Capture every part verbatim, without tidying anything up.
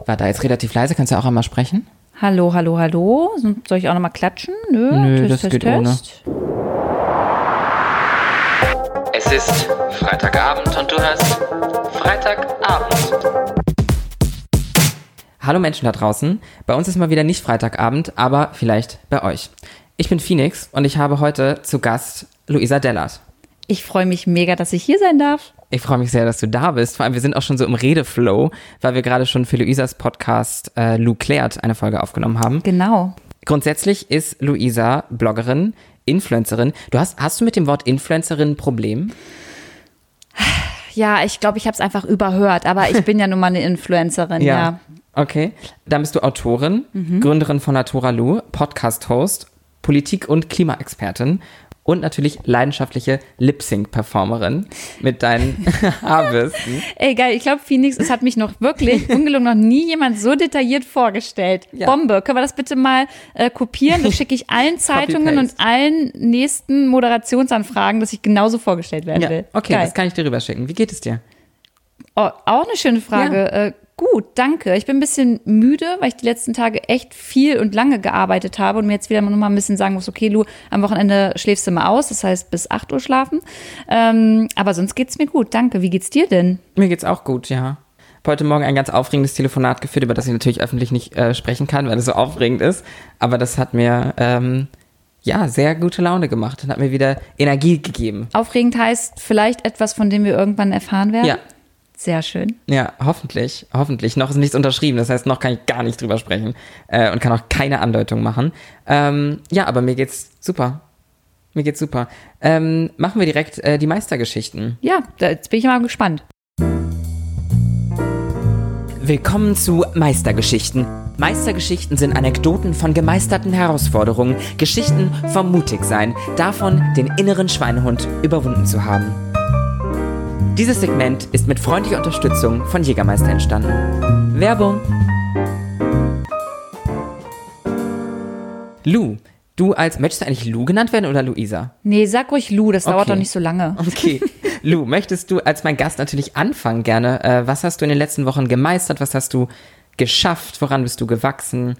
war da jetzt relativ leise. Kannst du auch einmal sprechen? Hallo, hallo, hallo. Soll ich auch nochmal klatschen? Nö, Nö Test, das Test, geht Test. ohne. Es ist Freitagabend und du hörst Freitagabend. Hallo Menschen da draußen. Bei uns ist mal wieder nicht Freitagabend, aber vielleicht bei euch. Ich bin Phoenix und ich habe heute zu Gast Luisa Dellert. Ich freue mich mega, dass ich hier sein darf. Ich freue mich sehr, dass du da bist. Vor allem, wir sind auch schon so im Redeflow, weil wir gerade schon für Luisas Podcast äh, Lou klärt eine Folge aufgenommen haben. Genau. Grundsätzlich ist Luisa Bloggerin, Influencerin. Du hast, hast du mit dem Wort Influencerin ein Problem? Ja, ich glaube, ich habe es einfach überhört, aber ich bin ja nun mal eine Influencerin, ja. ja. Okay, dann bist du Autorin, mhm. Gründerin von Natura Lou, Podcast-Host, Politik- und Klimaexpertin und natürlich leidenschaftliche Lip-Sync-Performerin mit deinen Haarbürsten. Ey, geil, ich glaube, Phoenix, es hat mich noch wirklich, ungelogen, noch nie jemand so detailliert vorgestellt. Ja. Bombe, können wir das bitte mal äh, kopieren? Das schicke ich allen Zeitungen und allen nächsten Moderationsanfragen, dass ich genauso vorgestellt werden ja. will. Okay, geil. Das kann ich dir rüberschicken. Wie geht es dir? Oh, auch eine schöne Frage. Ja. Äh, gut, danke. Ich bin ein bisschen müde, weil ich die letzten Tage echt viel und lange gearbeitet habe und mir jetzt wieder noch mal ein bisschen sagen muss, okay, Lu, am Wochenende schläfst du mal aus, das heißt bis acht Uhr schlafen. Ähm, aber sonst geht's mir gut, danke. Wie geht's dir denn? Mir geht's auch gut, ja. Heute Morgen ein ganz aufregendes Telefonat geführt, über das ich natürlich öffentlich nicht äh, sprechen kann, weil es so aufregend ist. Aber das hat mir ähm, ja sehr gute Laune gemacht und hat mir wieder Energie gegeben. Aufregend heißt vielleicht etwas, von dem wir irgendwann erfahren werden? Ja. Sehr schön. Ja, hoffentlich, hoffentlich. Noch ist nichts unterschrieben, das heißt, noch kann ich gar nicht drüber sprechen äh, und kann auch keine Andeutung machen. Ähm, ja, aber mir geht's super. Mir geht's super. Ähm, machen wir direkt äh, die Meistergeschichten. Ja, jetzt bin ich mal gespannt. Willkommen zu Meistergeschichten. Meistergeschichten sind Anekdoten von gemeisterten Herausforderungen, Geschichten vom Mutigsein, davon, den inneren Schweinehund überwunden zu haben. Dieses Segment ist mit freundlicher Unterstützung von Jägermeister entstanden. Werbung. Lou, du als, möchtest du eigentlich Lou genannt werden oder Luisa? Nee, sag ruhig Lou, das okay. dauert doch nicht so lange. Okay. Lou, möchtest du als mein Gast natürlich anfangen gerne? Äh, was hast du in den letzten Wochen gemeistert? Was hast du geschafft? Woran bist du gewachsen?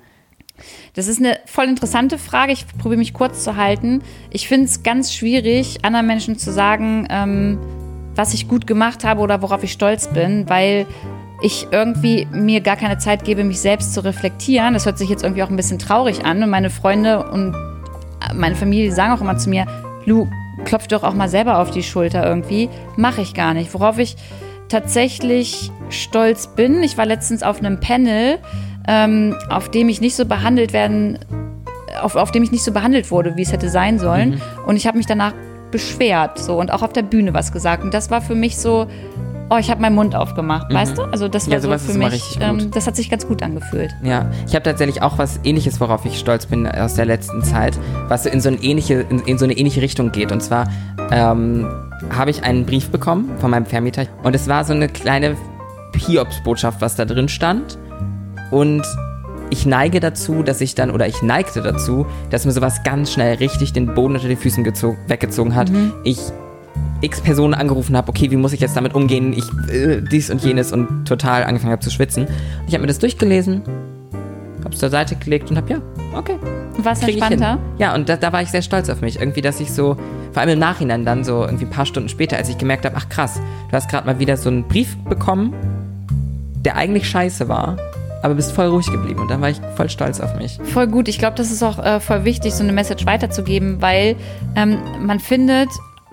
Das ist eine voll interessante Frage. Ich probiere mich kurz zu halten. Ich finde es ganz schwierig, anderen Menschen zu sagen, ähm, was ich gut gemacht habe oder worauf ich stolz bin, weil ich irgendwie mir gar keine Zeit gebe, mich selbst zu reflektieren. Das hört sich jetzt irgendwie auch ein bisschen traurig an und meine Freunde und meine Familie sagen auch immer zu mir, Lou, klopf doch auch mal selber auf die Schulter irgendwie. Mache ich gar nicht. Worauf ich tatsächlich stolz bin, ich war letztens auf einem Panel, ähm, auf dem ich nicht so behandelt werden, auf, auf dem ich nicht so behandelt wurde, wie es hätte sein sollen. Mhm. Und ich habe mich danach beschwert so und auch auf der Bühne was gesagt. Und das war für mich so, oh, ich habe meinen Mund aufgemacht, mhm. weißt du? Also das war ja, so für mich, ähm, das hat sich ganz gut angefühlt. Ja, ich habe tatsächlich auch was Ähnliches, worauf ich stolz bin aus der letzten Zeit, was so in so eine ähnliche, in, in so eine ähnliche Richtung geht. Und zwar ähm, habe ich einen Brief bekommen von meinem Vermieter und es war so eine kleine Hiobsbotschaft, was da drin stand. Und ich neige dazu, dass ich dann, oder ich neigte dazu, dass mir sowas ganz schnell richtig den Boden unter den Füßen gezogen, weggezogen hat. Mhm. Ich x Personen angerufen habe, okay, wie muss ich jetzt damit umgehen? Ich äh, dies und jenes und total angefangen habe zu schwitzen. Und ich habe mir das durchgelesen, habe es zur Seite gelegt und habe, ja, okay. War es entspannter? Ja, und da, da war ich sehr stolz auf mich. Irgendwie, dass ich so, vor allem im Nachhinein dann so irgendwie ein paar Stunden später, als ich gemerkt habe, ach krass, du hast gerade mal wieder so einen Brief bekommen, der eigentlich scheiße war, aber bist voll ruhig geblieben und dann war ich voll stolz auf mich. Voll gut. Ich glaube, das ist auch äh, voll wichtig, so eine Message weiterzugeben, weil ähm, man findet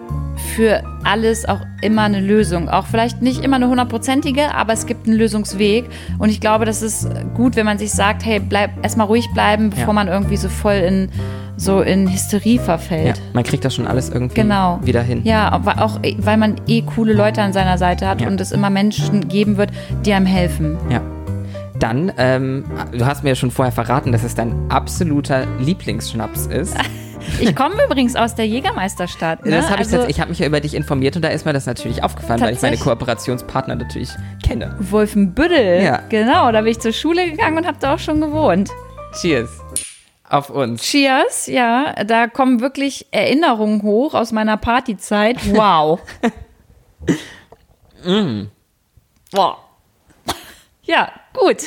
für alles auch immer eine Lösung. Auch vielleicht nicht immer eine hundertprozentige, aber es gibt einen Lösungsweg. Und ich glaube, das ist gut, wenn man sich sagt, hey, bleib erstmal ruhig bleiben, bevor ja. man irgendwie so voll in so in Hysterie verfällt. Ja, man kriegt das schon alles irgendwie genau. wieder hin. Ja, auch weil man eh coole Leute an seiner Seite hat ja. und es immer Menschen geben wird, die einem helfen. Ja. Dann, ähm, du hast mir ja schon vorher verraten, dass es dein absoluter Lieblingsschnaps ist. Ich komme übrigens aus der Jägermeisterstadt. Ne? Das hab ich also, ich habe mich ja über dich informiert und da ist mir das natürlich aufgefallen, weil ich meine Kooperationspartner natürlich kenne. Wolfenbüttel, ja. Genau, da bin ich zur Schule gegangen und habe da auch schon gewohnt. Cheers. Auf uns. Cheers, ja. Da kommen wirklich Erinnerungen hoch aus meiner Partyzeit. Wow. mm. Wow. Ja, gut.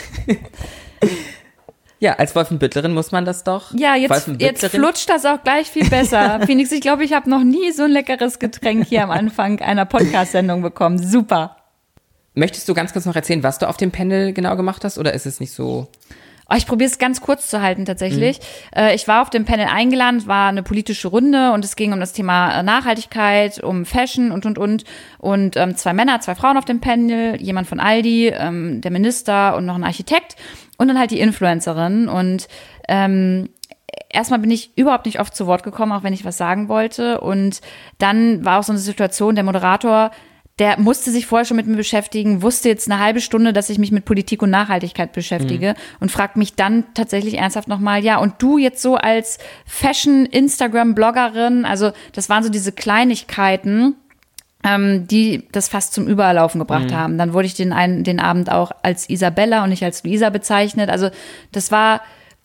Ja, als Wolfenbüttlerin muss man das doch. Ja, jetzt, jetzt flutscht das auch gleich viel besser. Phoenix, ich glaube, ich habe noch nie so ein leckeres Getränk hier am Anfang einer Podcast-Sendung bekommen. Super. Möchtest du ganz kurz noch erzählen, was du auf dem Panel genau gemacht hast, oder ist es nicht so? Oh, ich probiere es ganz kurz zu halten tatsächlich. Mhm. Äh, ich war auf dem Panel eingeladen, es war eine politische Runde und es ging um das Thema Nachhaltigkeit, um Fashion und, und, und. Und ähm, zwei Männer, zwei Frauen auf dem Panel, jemand von Aldi, ähm, der Minister und noch ein Architekt und dann halt die Influencerin. Und ähm, erstmal bin ich überhaupt nicht oft zu Wort gekommen, auch wenn ich was sagen wollte. Und dann war auch so eine Situation, der Moderator, der musste sich vorher schon mit mir beschäftigen, wusste jetzt eine halbe Stunde, dass ich mich mit Politik und Nachhaltigkeit beschäftige mhm. und fragt mich dann tatsächlich ernsthaft nochmal, ja, und du jetzt so als Fashion-Instagram-Bloggerin, also das waren so diese Kleinigkeiten, ähm, die das fast zum Überlaufen gebracht mhm. haben. Dann wurde ich den, einen, den Abend auch als Isabella und nicht als Luisa bezeichnet. Also das war,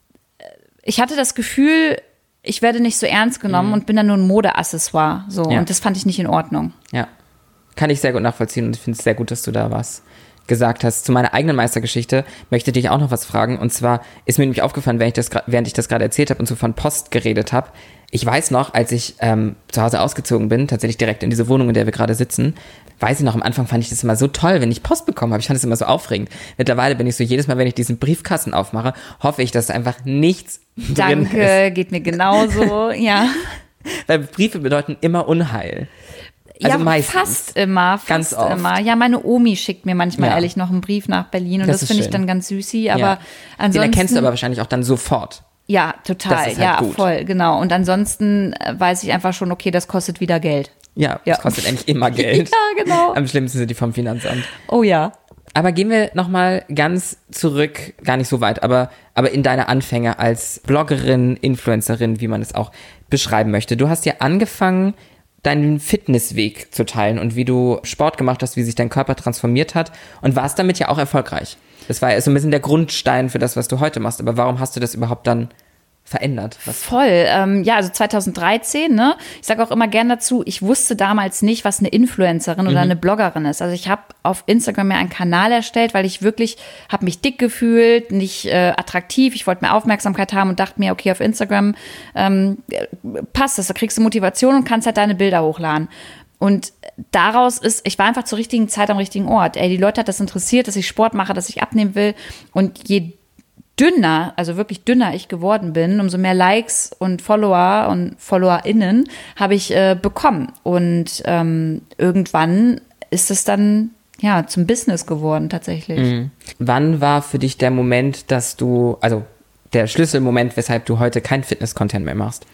ich hatte das Gefühl, ich werde nicht so ernst genommen mhm. und bin dann nur ein Modeaccessoire. So. Ja. Und das fand ich nicht in Ordnung. Ja. Kann ich sehr gut nachvollziehen und ich finde es sehr gut, dass du da was gesagt hast. Zu meiner eigenen Meistergeschichte möchte ich dich auch noch was fragen. Und zwar ist mir nämlich aufgefallen, während ich das, während ich das gerade erzählt habe und so von Post geredet habe. Ich weiß noch, als ich ähm, zu Hause ausgezogen bin, tatsächlich direkt in diese Wohnung, in der wir gerade sitzen, weiß ich noch, am Anfang fand ich das immer so toll, wenn ich Post bekommen habe. Ich fand das immer so aufregend. Mittlerweile bin ich so, jedes Mal, wenn ich diesen Briefkasten aufmache, hoffe ich, dass einfach nichts drin ist. Danke, geht mir genauso, ja. Weil Briefe bedeuten immer Unheil. Also ja, meistens. fast immer, fast ganz oft. immer. Ja, meine Omi schickt mir manchmal ja. ehrlich noch einen Brief nach Berlin und das, das finde ich dann ganz süßi, aber ja. ansonsten... Den erkennst du aber wahrscheinlich auch dann sofort. Ja, total, das ist halt ja, gut. voll, genau. Und ansonsten weiß ich einfach schon, okay, das kostet wieder Geld. Ja, ja. Das kostet eigentlich immer Geld. Ja, genau. Am schlimmsten sind die vom Finanzamt. Oh ja. Aber gehen wir nochmal ganz zurück, gar nicht so weit, aber, aber in deine Anfänge als Bloggerin, Influencerin, wie man es auch beschreiben möchte. Du hast ja angefangen, deinen Fitnessweg zu teilen und wie du Sport gemacht hast, wie sich dein Körper transformiert hat und warst damit ja auch erfolgreich. Das war ja so ein bisschen der Grundstein für das, was du heute machst. Aber warum hast du das überhaupt dann verändert? Was? Voll. Ähm, ja, also zweitausenddreizehn, ne? Ich sage auch immer gern dazu, ich wusste damals nicht, was eine Influencerin oder mhm. eine Bloggerin ist. Also ich habe auf Instagram mir einen Kanal erstellt, weil ich wirklich habe mich dick gefühlt, nicht äh, attraktiv. Ich wollte mehr Aufmerksamkeit haben und dachte mir, okay, auf Instagram ähm, passt das. Da kriegst du Motivation und kannst halt deine Bilder hochladen. Und daraus ist, ich war einfach zur richtigen Zeit am richtigen Ort. Ey, die Leute hat das interessiert, dass ich Sport mache, dass ich abnehmen will. Und je dünner, also wirklich dünner ich geworden bin, umso mehr Likes und Follower und FollowerInnen habe ich äh, bekommen. Und ähm, irgendwann ist es dann ja zum Business geworden tatsächlich. Mhm. Wann war für dich der Moment, dass du, also der Schlüsselmoment, weshalb du heute kein Fitness-Content mehr machst?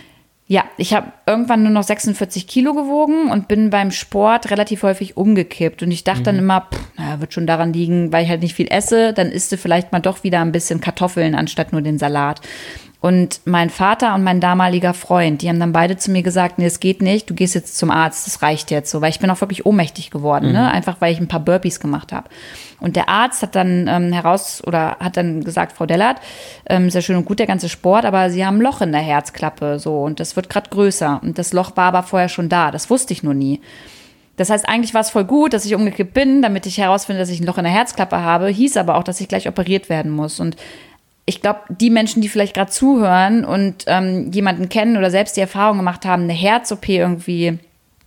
Ja, ich habe irgendwann nur noch sechsundvierzig Kilo gewogen und bin beim Sport relativ häufig umgekippt. Und ich dachte mhm. dann immer, pff, naja, wird schon daran liegen, weil ich halt nicht viel esse, dann isst du vielleicht mal doch wieder ein bisschen Kartoffeln anstatt nur den Salat. Und mein Vater und mein damaliger Freund, die haben dann beide zu mir gesagt, nee, es geht nicht, du gehst jetzt zum Arzt, das reicht jetzt so, weil ich bin auch wirklich ohnmächtig geworden, mhm. ne? Einfach weil ich ein paar Burpees gemacht habe. Und der Arzt hat dann ähm, heraus oder hat dann gesagt, Frau Dellert, ähm, sehr schön und gut der ganze Sport, aber Sie haben ein Loch in der Herzklappe so und das wird gerade größer. Und das Loch war aber vorher schon da, das wusste ich nur nie. Das heißt, eigentlich war es voll gut, dass ich umgekippt bin, damit ich herausfinde, dass ich ein Loch in der Herzklappe habe, hieß aber auch, dass ich gleich operiert werden muss. Und ich glaube, die Menschen, die vielleicht gerade zuhören und ähm, jemanden kennen oder selbst die Erfahrung gemacht haben, eine Herz-O P irgendwie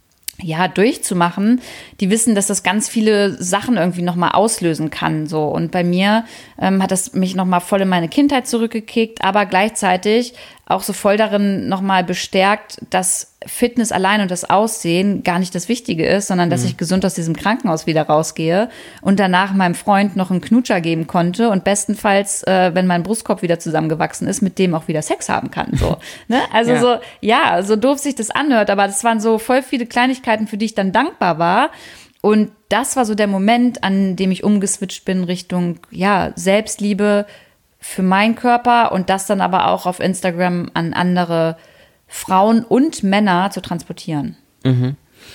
ja durchzumachen, die wissen, dass das ganz viele Sachen irgendwie nochmal auslösen kann. So. Und bei mir ähm, hat das mich nochmal voll in meine Kindheit zurückgekickt, aber gleichzeitig auch so voll darin nochmal bestärkt, dass Fitness allein und das Aussehen gar nicht das Wichtige ist, sondern dass mhm. ich gesund aus diesem Krankenhaus wieder rausgehe und danach meinem Freund noch einen Knutscher geben konnte und bestenfalls, äh, wenn mein Brustkorb wieder zusammengewachsen ist, mit dem auch wieder Sex haben kann. So, ne? Also ja. so, ja, so doof sich das anhört, aber das waren so voll viele Kleinigkeiten, für die ich dann dankbar war. Und das war so der Moment, an dem ich umgeswitcht bin Richtung, ja, Selbstliebe für meinen Körper und das dann aber auch auf Instagram an andere Frauen und Männer zu transportieren. Mhm.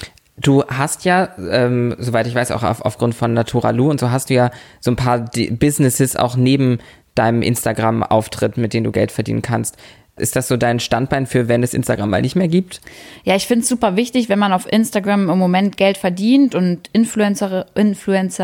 Du hast ja, ähm, soweit ich weiß, auch auf, aufgrund von Naturalu und so hast du ja so ein paar D- Businesses auch neben deinem Instagram-Auftritt, mit denen du Geld verdienen kannst. Ist das so dein Standbein für, wenn es Instagram mal nicht mehr gibt? Ja, ich finde es super wichtig, wenn man auf Instagram im Moment Geld verdient und Influencer, Influencer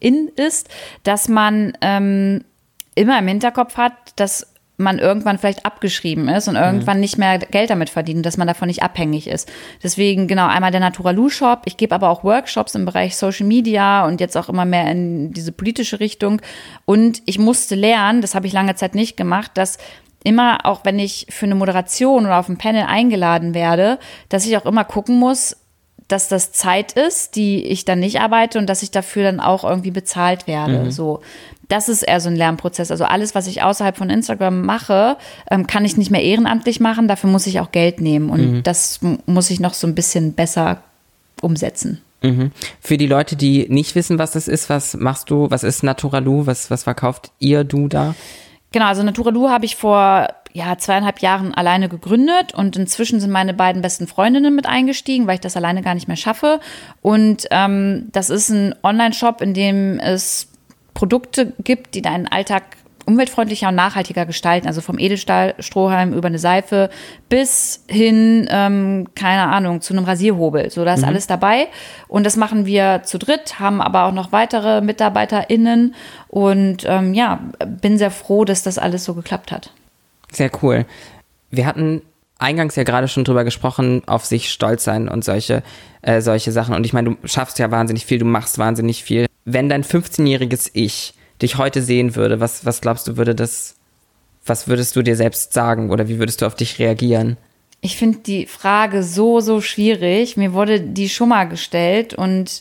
in ist, dass man ähm, immer im Hinterkopf hat, dass man irgendwann vielleicht abgeschrieben ist und irgendwann mhm. nicht mehr Geld damit verdient, dass man davon nicht abhängig ist. Deswegen genau einmal der Naturaloo-Shop. Ich gebe aber auch Workshops im Bereich Social Media und jetzt auch immer mehr in diese politische Richtung. Und ich musste lernen, das habe ich lange Zeit nicht gemacht, dass immer, auch wenn ich für eine Moderation oder auf ein Panel eingeladen werde, dass ich auch immer gucken muss, dass das Zeit ist, die ich dann nicht arbeite und dass ich dafür dann auch irgendwie bezahlt werde. Mhm. So, das ist eher so ein Lernprozess. Also alles, was ich außerhalb von Instagram mache, ähm, kann ich nicht mehr ehrenamtlich machen. Dafür muss ich auch Geld nehmen. Und mhm. das m- muss ich noch so ein bisschen besser umsetzen. Mhm. Für die Leute, die nicht wissen, was das ist, was machst du? Was ist Naturaloo? Was, was verkauft ihr, du da? Genau, also Naturaloo habe ich vor ja, zweieinhalb Jahren alleine gegründet und inzwischen sind meine beiden besten Freundinnen mit eingestiegen, weil ich das alleine gar nicht mehr schaffe. Und ähm, das ist ein Online-Shop, in dem es Produkte gibt, die deinen Alltag umweltfreundlicher und nachhaltiger gestalten. Also vom Edelstahlstrohhalm über eine Seife bis hin, ähm, keine Ahnung, zu einem Rasierhobel. So, da ist mhm. alles dabei. Und das machen wir zu dritt, haben aber auch noch weitere MitarbeiterInnen. Und ähm, ja, bin sehr froh, dass das alles so geklappt hat. Sehr cool. Wir hatten eingangs ja gerade schon drüber gesprochen, auf sich stolz sein und solche, äh, solche Sachen. Und ich meine, du schaffst ja wahnsinnig viel, du machst wahnsinnig viel. Wenn dein fünfzehnjähriges Ich dich heute sehen würde, was, was glaubst du, würde das, was würdest du dir selbst sagen oder wie würdest du auf dich reagieren? Ich finde die Frage so, so schwierig. Mir wurde die schon mal gestellt und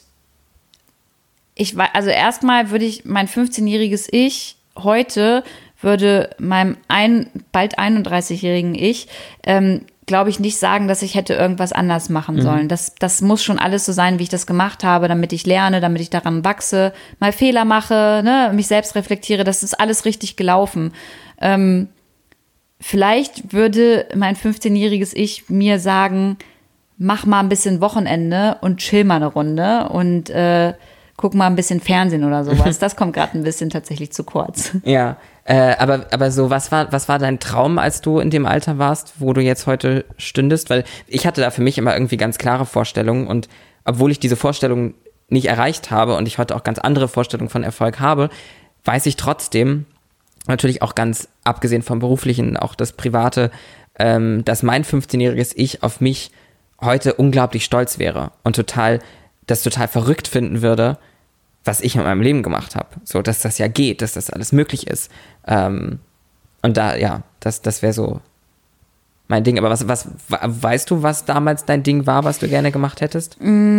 ich war, also erstmal würde ich mein fünfzehnjähriges Ich heute würde meinem ein, bald einunddreißigjährigen Ich, ähm, glaube ich, nicht sagen, dass ich hätte irgendwas anders machen sollen. Mhm. Das, das muss schon alles so sein, wie ich das gemacht habe, damit ich lerne, damit ich daran wachse, mal Fehler mache, ne, mich selbst reflektiere. Das ist alles richtig gelaufen. Ähm, vielleicht würde mein fünfzehnjähriges Ich mir sagen, mach mal ein bisschen Wochenende und chill mal eine Runde und äh, guck mal ein bisschen Fernsehen oder sowas. Das kommt gerade ein bisschen tatsächlich zu kurz. Ja, äh, aber, aber so, was war, was war dein Traum, als du in dem Alter warst, wo du jetzt heute stündest? Weil ich hatte da für mich immer irgendwie ganz klare Vorstellungen und obwohl ich diese Vorstellungen nicht erreicht habe und ich heute auch ganz andere Vorstellungen von Erfolg habe, weiß ich trotzdem, natürlich auch ganz abgesehen vom Beruflichen, auch das Private, ähm, dass mein fünfzehnjähriges Ich auf mich heute unglaublich stolz wäre und total, das total verrückt finden würde, was ich mit meinem Leben gemacht habe. So, dass das ja geht, dass das alles möglich ist. Ähm, und da, ja, das, das wäre so mein Ding. Aber was, was, weißt du, was damals dein Ding war, was du gerne gemacht hättest?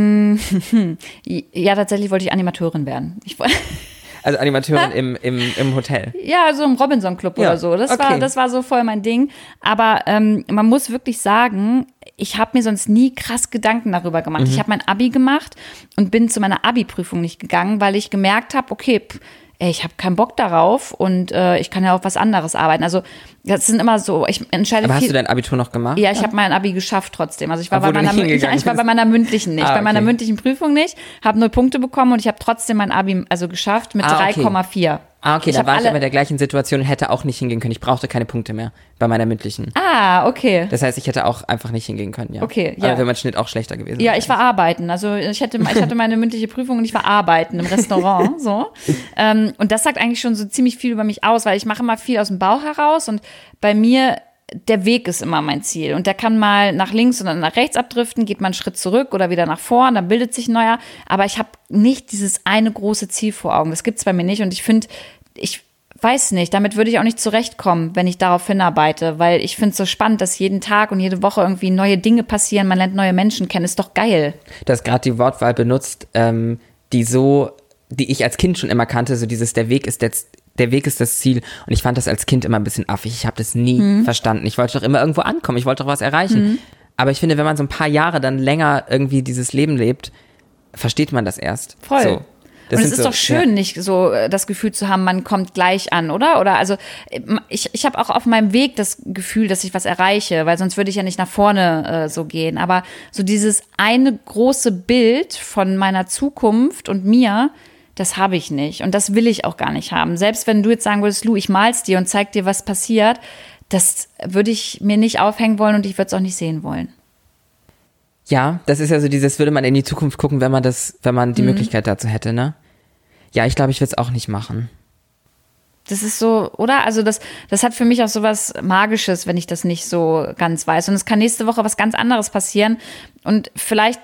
Ja, tatsächlich wollte ich Animateurin werden. Ich wollte Also Animateurin im, im, im Hotel? Ja, so im Robinson-Club ja, oder so. Das, okay. war, das war so voll mein Ding. Aber ähm, man muss wirklich sagen, ich habe mir sonst nie krass Gedanken darüber gemacht. Mhm. Ich habe mein Abi gemacht und bin zu meiner Abi-Prüfung nicht gegangen, weil ich gemerkt habe, okay, pff, ey, ich habe keinen Bock darauf und äh, ich kann ja auch was anderes arbeiten. Also das sind immer so, ich entscheide Aber viel. hast du dein Abitur noch gemacht? Ja, ich ja. habe mein Abi geschafft trotzdem. Also ich war, bei Obwohl meiner, ja, ich war bei meiner mündlichen nicht, ah, okay. bei meiner mündlichen Prüfung nicht, habe null Punkte bekommen und ich habe trotzdem mein Abi also geschafft mit ah, okay. drei Komma vier. Ah, okay, ich da war ich aber in der gleichen Situation und hätte auch nicht hingehen können. Ich brauchte keine Punkte mehr bei meiner mündlichen. Ah, okay. Das heißt, ich hätte auch einfach nicht hingehen können, ja. Okay, ja. Aber wäre mein Schnitt auch schlechter gewesen. Ja, ich war arbeiten. Also ich hatte, ich hatte meine mündliche Prüfung und ich war arbeiten im Restaurant, so. Ähm, und das sagt eigentlich schon so ziemlich viel über mich aus, weil ich mache immer viel aus dem Bauch heraus und bei mir der Weg ist immer mein Ziel und der kann mal nach links oder nach rechts abdriften, geht mal einen Schritt zurück oder wieder nach vorn, dann bildet sich ein neuer, aber ich habe nicht dieses eine große Ziel vor Augen, das gibt's bei mir nicht und ich finde, ich weiß nicht, damit würde ich auch nicht zurechtkommen, wenn ich darauf hinarbeite, weil ich finde es so spannend, dass jeden Tag und jede Woche irgendwie neue Dinge passieren, man lernt neue Menschen kennen, ist doch geil. Du hast gerade die Wortwahl benutzt, ähm, die so, die ich als Kind schon immer kannte, so dieses, der Weg ist jetzt Der Weg ist das Ziel. Und ich fand das als Kind immer ein bisschen affig. Ich habe das nie mhm. verstanden. Ich wollte doch immer irgendwo ankommen. Ich wollte doch was erreichen. Mhm. Aber ich finde, wenn man so ein paar Jahre dann länger irgendwie dieses Leben lebt, versteht man das erst. Voll. So. Das und es ist so, doch schön, ja. nicht so das Gefühl zu haben, man kommt gleich an, oder? Oder also ich, ich habe auch auf meinem Weg das Gefühl, dass ich was erreiche, weil sonst würde ich ja nicht nach vorne äh, so gehen. Aber so dieses eine große Bild von meiner Zukunft und mir, das habe ich nicht und das will ich auch gar nicht haben. Selbst wenn du jetzt sagen würdest, Lu, ich mal's dir und zeig dir, was passiert, das würde ich mir nicht aufhängen wollen und ich würde es auch nicht sehen wollen. Ja, das ist ja so dieses, würde man in die Zukunft gucken, wenn man das, wenn man die mhm. Möglichkeit dazu hätte, ne? Ja, ich glaube, ich würde es auch nicht machen. Das ist so, oder? Also das, das hat für mich auch so was Magisches, wenn ich das nicht so ganz weiß. Und es kann nächste Woche was ganz anderes passieren. Und vielleicht,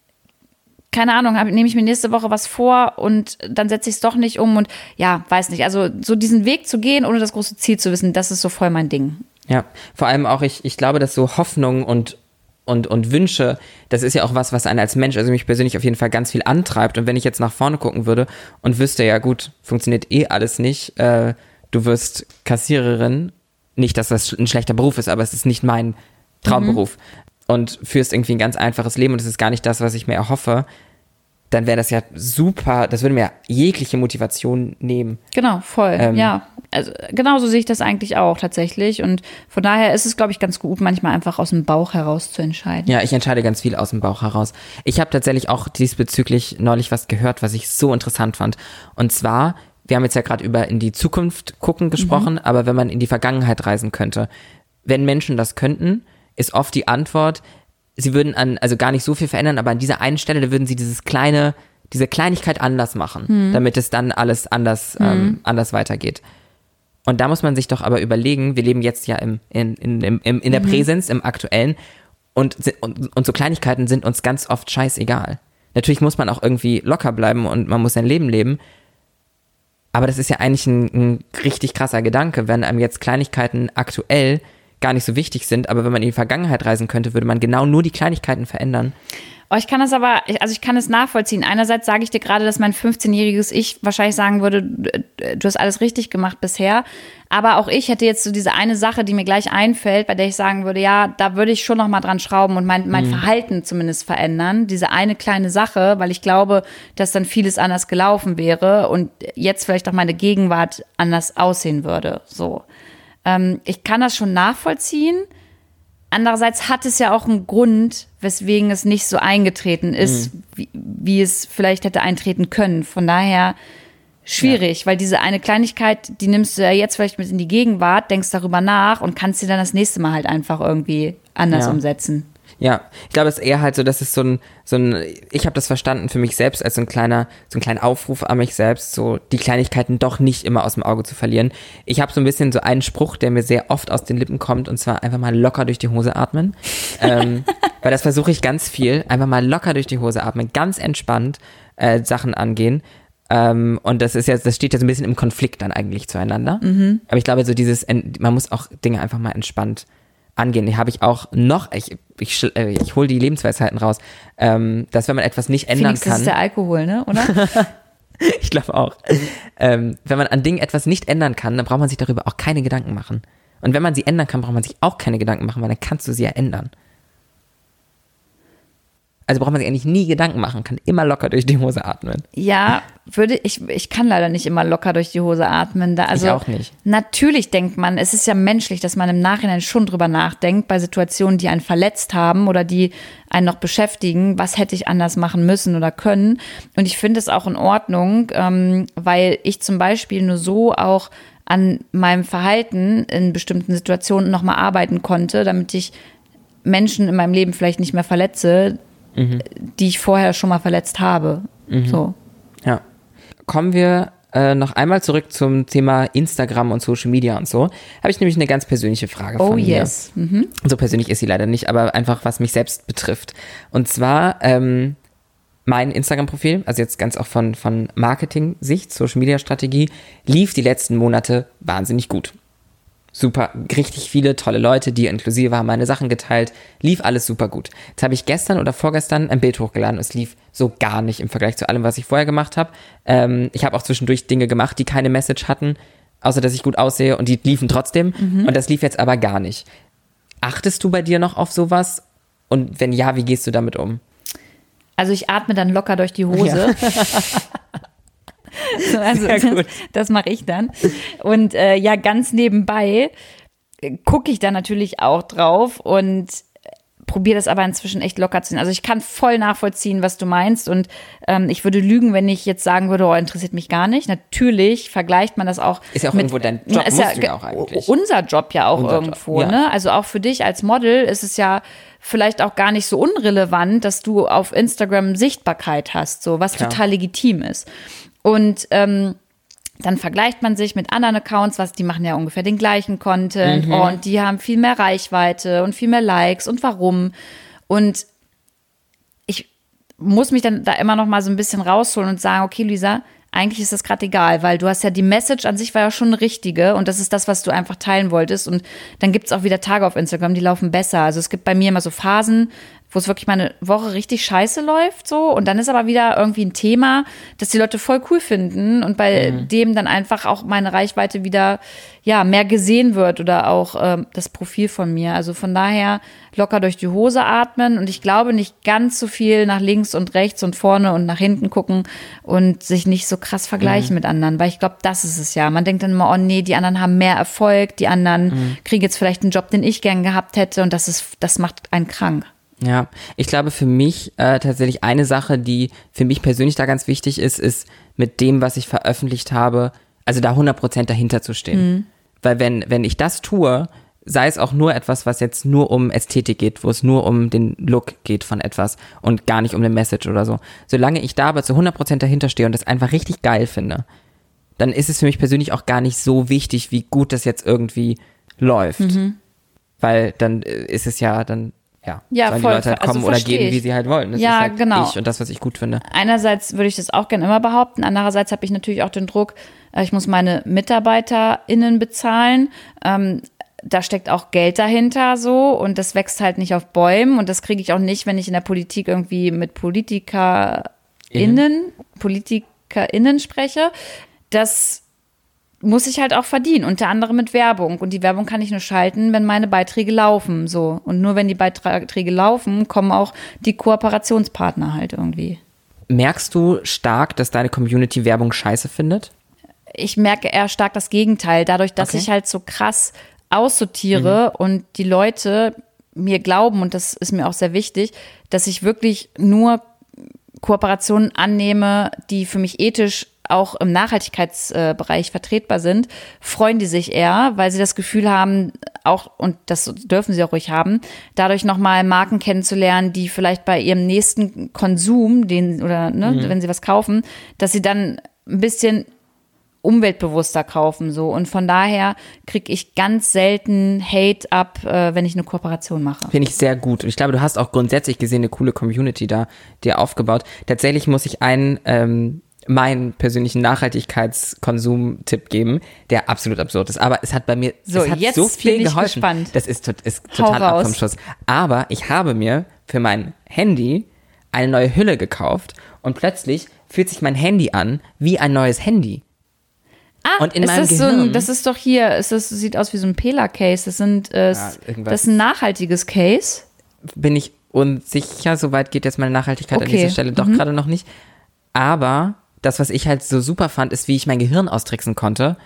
keine Ahnung, hab, nehme ich mir nächste Woche was vor und dann setze ich es doch nicht um. Und ja, weiß nicht. Also so diesen Weg zu gehen, ohne das große Ziel zu wissen, das ist so voll mein Ding. Ja, vor allem auch, ich, ich glaube, dass so Hoffnung und Und, und Wünsche, das ist ja auch was, was einen als Mensch, also mich persönlich auf jeden Fall ganz viel antreibt. Und wenn ich jetzt nach vorne gucken würde und wüsste, ja gut, funktioniert eh alles nicht, äh, du wirst Kassiererin, nicht, dass das ein schlechter Beruf ist, aber es ist nicht mein Traumberuf, mhm. und führst irgendwie ein ganz einfaches Leben und es ist gar nicht das, was ich mir erhoffe, dann wäre das ja super, das würde mir jegliche Motivation nehmen. Genau, voll, ähm, ja. Also genauso sehe ich das eigentlich auch tatsächlich und von daher ist es, glaube ich, ganz gut, manchmal einfach aus dem Bauch heraus zu entscheiden. Ja, ich entscheide ganz viel aus dem Bauch heraus. Ich habe tatsächlich auch diesbezüglich neulich was gehört, was ich so interessant fand. Und zwar, wir haben jetzt ja gerade über in die Zukunft gucken gesprochen, mhm. aber wenn man in die Vergangenheit reisen könnte, wenn Menschen das könnten, ist oft die Antwort, sie würden an, also gar nicht so viel verändern, aber an dieser einen Stelle, da würden sie dieses kleine, diese Kleinigkeit anders machen, mhm. damit es dann alles anders, mhm. ähm, anders weitergeht. Und da muss man sich doch aber überlegen, wir leben jetzt ja im, in, in, im, im, in der mhm. Präsenz, im Aktuellen und, und, und so Kleinigkeiten sind uns ganz oft scheißegal. Natürlich muss man auch irgendwie locker bleiben und man muss sein Leben leben, aber das ist ja eigentlich ein, ein richtig krasser Gedanke, wenn einem jetzt Kleinigkeiten aktuell gar nicht so wichtig sind, aber wenn man in die Vergangenheit reisen könnte, würde man genau nur die Kleinigkeiten verändern. Oh, ich kann das aber, also ich kann es nachvollziehen. Einerseits sage ich dir gerade, dass mein fünfzehnjähriges Ich wahrscheinlich sagen würde, du hast alles richtig gemacht bisher. Aber auch ich hätte jetzt so diese eine Sache, die mir gleich einfällt, bei der ich sagen würde, ja, da würde ich schon noch mal dran schrauben und mein, mein mhm. Verhalten zumindest verändern. Diese eine kleine Sache, weil ich glaube, dass dann vieles anders gelaufen wäre und jetzt vielleicht auch meine Gegenwart anders aussehen würde. So. Ähm, ich kann das schon nachvollziehen. Andererseits hat es ja auch einen Grund, weswegen es nicht so eingetreten ist, mhm. wie, wie es vielleicht hätte eintreten können. Von daher schwierig, ja. weil diese eine Kleinigkeit, die nimmst du ja jetzt vielleicht mit in die Gegenwart, denkst darüber nach und kannst sie dann das nächste Mal halt einfach irgendwie anders ja. umsetzen. Ja, ich glaube, es ist eher halt so, dass es so ein, so ein, ich habe das verstanden für mich selbst als so ein kleiner, so ein kleiner Aufruf an mich selbst, so die Kleinigkeiten doch nicht immer aus dem Auge zu verlieren. Ich habe so ein bisschen so einen Spruch, der mir sehr oft aus den Lippen kommt, und zwar einfach mal locker durch die Hose atmen. ähm, weil das versuche ich ganz viel, einfach mal locker durch die Hose atmen, ganz entspannt äh, Sachen angehen. Ähm, und das ist ja, das steht ja so ein bisschen im Konflikt dann eigentlich zueinander. Mhm. Aber ich glaube, so dieses, man muss auch Dinge einfach mal entspannt angehen. Die habe ich auch noch, ich, ich, ich hole die Lebensweisheiten raus, ähm, dass wenn man etwas nicht ändern Phoenix, kann. Das ist der Alkohol, ne? Oder? Ich glaube auch. Ähm, wenn man an Dingen etwas nicht ändern kann, dann braucht man sich darüber auch keine Gedanken machen. Und wenn man sie ändern kann, braucht man sich auch keine Gedanken machen, weil dann kannst du sie ja ändern. Also braucht man sich eigentlich nie Gedanken machen, kann immer locker durch die Hose atmen. Ja, würde ich, ich kann leider nicht immer locker durch die Hose atmen. Da, also ich auch nicht. Natürlich denkt man, es ist ja menschlich, dass man im Nachhinein schon drüber nachdenkt, bei Situationen, die einen verletzt haben oder die einen noch beschäftigen, was hätte ich anders machen müssen oder können. Und ich finde es auch in Ordnung, ähm, weil ich zum Beispiel nur so auch an meinem Verhalten in bestimmten Situationen nochmal arbeiten konnte, damit ich Menschen in meinem Leben vielleicht nicht mehr verletze, Mhm. die ich vorher schon mal verletzt habe. Mhm. So. Ja. Kommen wir äh, noch einmal zurück zum Thema Instagram und Social Media und so. Habe ich nämlich eine ganz persönliche Frage oh, von mir. Oh yes. Mhm. So persönlich ist sie leider nicht, aber einfach, was mich selbst betrifft. Und zwar ähm, mein Instagram-Profil, also jetzt ganz auch von, von Marketing-Sicht, Social-Media-Strategie, lief die letzten Monate wahnsinnig gut. Super, richtig viele tolle Leute, die inklusive haben meine Sachen geteilt, lief alles super gut. Jetzt habe ich gestern oder vorgestern ein Bild hochgeladen und es lief so gar nicht im Vergleich zu allem, was ich vorher gemacht habe. Ähm, ich habe auch zwischendurch Dinge gemacht, die keine Message hatten, außer dass ich gut aussehe, und die liefen trotzdem. Mhm. Und das lief jetzt aber gar nicht. Achtest du bei dir noch auf sowas? Und wenn ja, wie gehst du damit um? Also ich atme dann locker durch die Hose. Ja. So, also das, das mache ich dann. Und äh, ja, ganz nebenbei äh, gucke ich da natürlich auch drauf und probiere das aber inzwischen echt locker zu sehen. Also ich kann voll nachvollziehen, was du meinst, und ähm, ich würde lügen, wenn ich jetzt sagen würde, oh, interessiert mich gar nicht. Natürlich vergleicht man das auch. Ist ja auch mit, irgendwo dein Job, ist musst ja, du ja auch eigentlich. Unser Job ja auch unser irgendwo, Job, ja. ne? Also auch für dich als Model ist es ja vielleicht auch gar nicht so unrelevant, dass du auf Instagram Sichtbarkeit hast, so was Klar. total legitim ist. Und ähm, dann vergleicht man sich mit anderen Accounts, was die machen ja ungefähr den gleichen Content. Mhm. Oh, und die haben viel mehr Reichweite und viel mehr Likes und warum. Und ich muss mich dann da immer noch mal so ein bisschen rausholen und sagen, okay, Luisa, eigentlich ist das gerade egal, weil du hast ja die Message an sich war ja schon eine richtige und das ist das, was du einfach teilen wolltest. Und dann gibt es auch wieder Tage auf Instagram, die laufen besser. Also es gibt bei mir immer so Phasen, wo es wirklich mal eine Woche richtig scheiße läuft so und dann ist aber wieder irgendwie ein Thema, das die Leute voll cool finden und bei mhm. dem dann einfach auch meine Reichweite wieder ja mehr gesehen wird oder auch ähm, das Profil von mir. Also von daher locker durch die Hose atmen und ich glaube nicht ganz so viel nach links und rechts und vorne und nach hinten gucken und sich nicht so krass vergleichen mhm. mit anderen, weil ich glaube, das ist es ja. Man denkt dann immer, oh nee, die anderen haben mehr Erfolg, die anderen mhm. kriegen jetzt vielleicht einen Job, den ich gern gehabt hätte und das ist, das macht einen krank. Ja, ich glaube für mich äh, tatsächlich eine Sache, die für mich persönlich da ganz wichtig ist, ist mit dem, was ich veröffentlicht habe, also da hundert Prozent dahinter zu stehen. Mhm. Weil wenn, wenn ich das tue, sei es auch nur etwas, was jetzt nur um Ästhetik geht, wo es nur um den Look geht von etwas und gar nicht um eine Message oder so. Solange ich da aber zu hundert Prozent dahinter stehe und das einfach richtig geil finde, dann ist es für mich persönlich auch gar nicht so wichtig, wie gut das jetzt irgendwie läuft. Mhm. Weil dann ist es ja dann Ja, ja sollen voll, die Leute halt kommen also oder gehen, wie sie halt wollen. Das ja, ist halt genau. ich und das, was ich gut finde. Einerseits würde ich das auch gerne immer behaupten, andererseits habe ich natürlich auch den Druck, ich muss meine MitarbeiterInnen bezahlen. Ähm, da steckt auch Geld dahinter so und das wächst halt nicht auf Bäumen und das kriege ich auch nicht, wenn ich in der Politik irgendwie mit PolitikerInnen, Innen. PolitikerInnen spreche. Das muss ich halt auch verdienen, unter anderem mit Werbung. Und die Werbung kann ich nur schalten, wenn meine Beiträge laufen. So. Und nur wenn die Beiträge laufen, kommen auch die Kooperationspartner halt irgendwie. Merkst du stark, dass deine Community Werbung scheiße findet? Ich merke eher stark das Gegenteil. Dadurch, dass okay. ich halt so krass aussortiere mhm. und die Leute mir glauben, und das ist mir auch sehr wichtig, dass ich wirklich nur Kooperationen annehme, die für mich ethisch auch im Nachhaltigkeitsbereich vertretbar sind, freuen die sich eher, weil sie das Gefühl haben, auch, und das dürfen sie auch ruhig haben, dadurch nochmal Marken kennenzulernen, die vielleicht bei ihrem nächsten Konsum, den oder ne, mhm. wenn sie was kaufen, dass sie dann ein bisschen umweltbewusster kaufen so und von daher kriege ich ganz selten Hate ab, äh, wenn ich eine Kooperation mache. Finde ich sehr gut und ich glaube, du hast auch grundsätzlich gesehen eine coole Community da dir aufgebaut. Tatsächlich muss ich einen ähm, meinen persönlichen Nachhaltigkeitskonsum-Tipp geben, der absolut absurd ist. Aber es hat bei mir so, es hat jetzt so viel bin ich geholfen. Gespannt. Das ist, ist total ab vom Schuss. Aber ich habe mir für mein Handy eine neue Hülle gekauft und plötzlich fühlt sich mein Handy an wie ein neues Handy. Ah, und in ist meinem das, Gehirn, so ein, das ist doch hier, ist das sieht aus wie so ein Pela-Case. Das, sind, äh, ja, das ist ein nachhaltiges Case. Bin ich unsicher, soweit geht jetzt meine Nachhaltigkeit okay. an dieser Stelle doch mhm. gerade noch nicht. Aber das, was ich halt so super fand, ist, wie ich mein Gehirn austricksen konnte.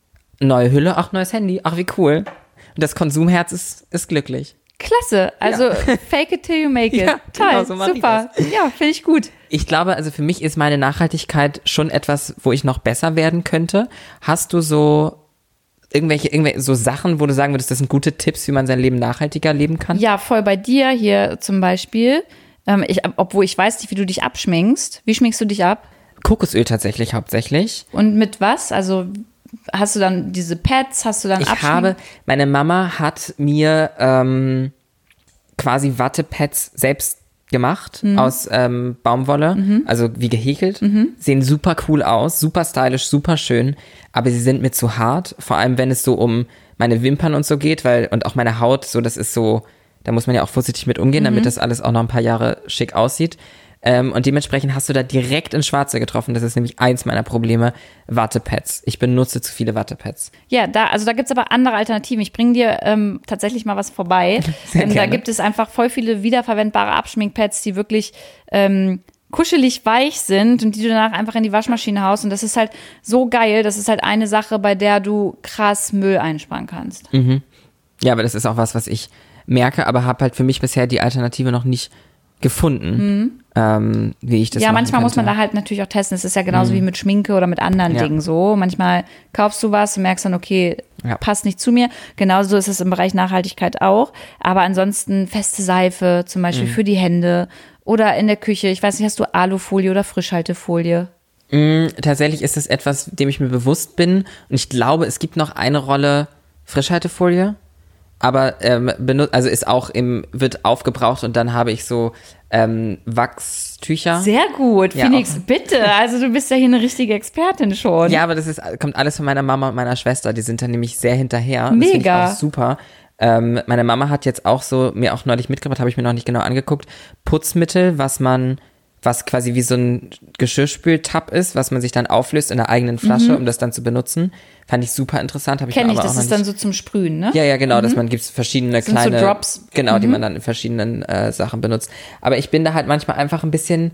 Neue Hülle, ach, neues Handy, ach, wie cool. Und das Konsumherz ist, ist glücklich. Klasse, also ja. Fake it till you make it. Ja, Toll, genau, so super. Ja, finde ich gut. Ich glaube, also für mich ist meine Nachhaltigkeit schon etwas, wo ich noch besser werden könnte. Hast du so irgendwelche, irgendwelche so Sachen, wo du sagen würdest, das sind gute Tipps, wie man sein Leben nachhaltiger leben kann? Ja, voll bei dir hier zum Beispiel. Ähm, ich, obwohl ich weiß nicht, wie du dich abschminkst. Wie schminkst du dich ab? Kokosöl tatsächlich hauptsächlich. Und mit was? Also hast du dann diese Pads, hast du dann Ich habe, meine Mama hat mir ähm, quasi Wattepads selbst gemacht mhm. aus ähm, Baumwolle, mhm. also wie gehäkelt. Mhm. Sehen super cool aus, super stylisch, super schön, aber sie sind mir zu hart, vor allem wenn es so um meine Wimpern und so geht, weil und auch meine Haut, so das ist so, da muss man ja auch vorsichtig mit umgehen, mhm. damit das alles auch noch ein paar Jahre schick aussieht. Ähm, und dementsprechend hast du da direkt ins Schwarze getroffen. Das ist nämlich eins meiner Probleme, Wattepads. Ich benutze zu viele Wattepads. Ja, da, also da gibt's aber andere Alternativen. Ich bringe dir ähm, tatsächlich mal was vorbei. Ähm, da gibt es einfach voll viele wiederverwendbare Abschminkpads, die wirklich ähm, kuschelig weich sind und die du danach einfach in die Waschmaschine haust. Und das ist halt so geil. Das ist halt eine Sache, bei der du krass Müll einsparen kannst. Mhm. Ja, aber das ist auch was, was ich merke, aber habe halt für mich bisher die Alternative noch nicht gefunden, mhm. ähm, wie ich das Ja, manchmal könnte. muss man da halt natürlich auch testen. Es ist ja genauso mhm. wie mit Schminke oder mit anderen ja. Dingen so. Manchmal kaufst du was und merkst dann, okay, ja. passt nicht zu mir. Genauso ist es im Bereich Nachhaltigkeit auch. Aber ansonsten feste Seife, zum Beispiel mhm. für die Hände oder in der Küche. Ich weiß nicht, hast du Alufolie oder Frischhaltefolie? Mm, tatsächlich ist es etwas, dem ich mir bewusst bin. Und ich glaube, es gibt noch eine Rolle Frischhaltefolie. Aber ähm, benut- also ist auch im, wird aufgebraucht und dann habe ich so ähm, Wachstücher. Sehr gut, Ja, Phoenix, auch. bitte. Also du bist ja hier eine richtige Expertin schon. Ja, aber das ist, kommt alles von meiner Mama und meiner Schwester. Die sind da nämlich sehr hinterher. Und das finde ich Mega. auch super. Ähm, meine Mama hat jetzt auch so, mir auch neulich mitgebracht, habe ich mir noch nicht genau angeguckt, Putzmittel, was man, was quasi wie so ein Geschirrspültab ist, was man sich dann auflöst in der eigenen Flasche, Mhm. um das dann zu benutzen. Fand ich super interessant. Habe ich Kenn mir ich, aber das auch noch ist nicht dann so zum Sprühen, ne? Ja, ja, genau, dass man gibt verschiedene sind so kleine Drops. Genau, die Mhm. man dann in verschiedenen äh, Sachen benutzt. Aber ich bin da halt manchmal einfach ein bisschen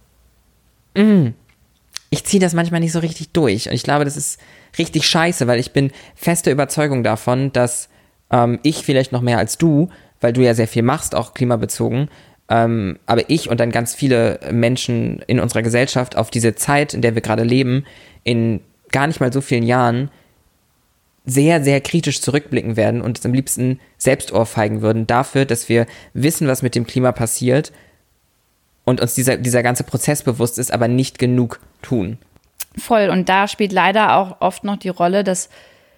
mm, ich ziehe das manchmal nicht so richtig durch. Und ich glaube, das ist richtig scheiße, weil ich bin feste Überzeugung davon, dass ähm, ich vielleicht noch mehr als du, weil du ja sehr viel machst, auch klimabezogen, ähm, aber ich und dann ganz viele Menschen in unserer Gesellschaft auf diese Zeit, in der wir gerade leben, in gar nicht mal so vielen Jahren sehr, sehr kritisch zurückblicken werden und es am liebsten selbst ohrfeigen würden dafür, dass wir wissen, was mit dem Klima passiert und uns dieser, dieser ganze Prozess bewusst ist, aber nicht genug tun. Voll. Und da spielt leider auch oft noch die Rolle, dass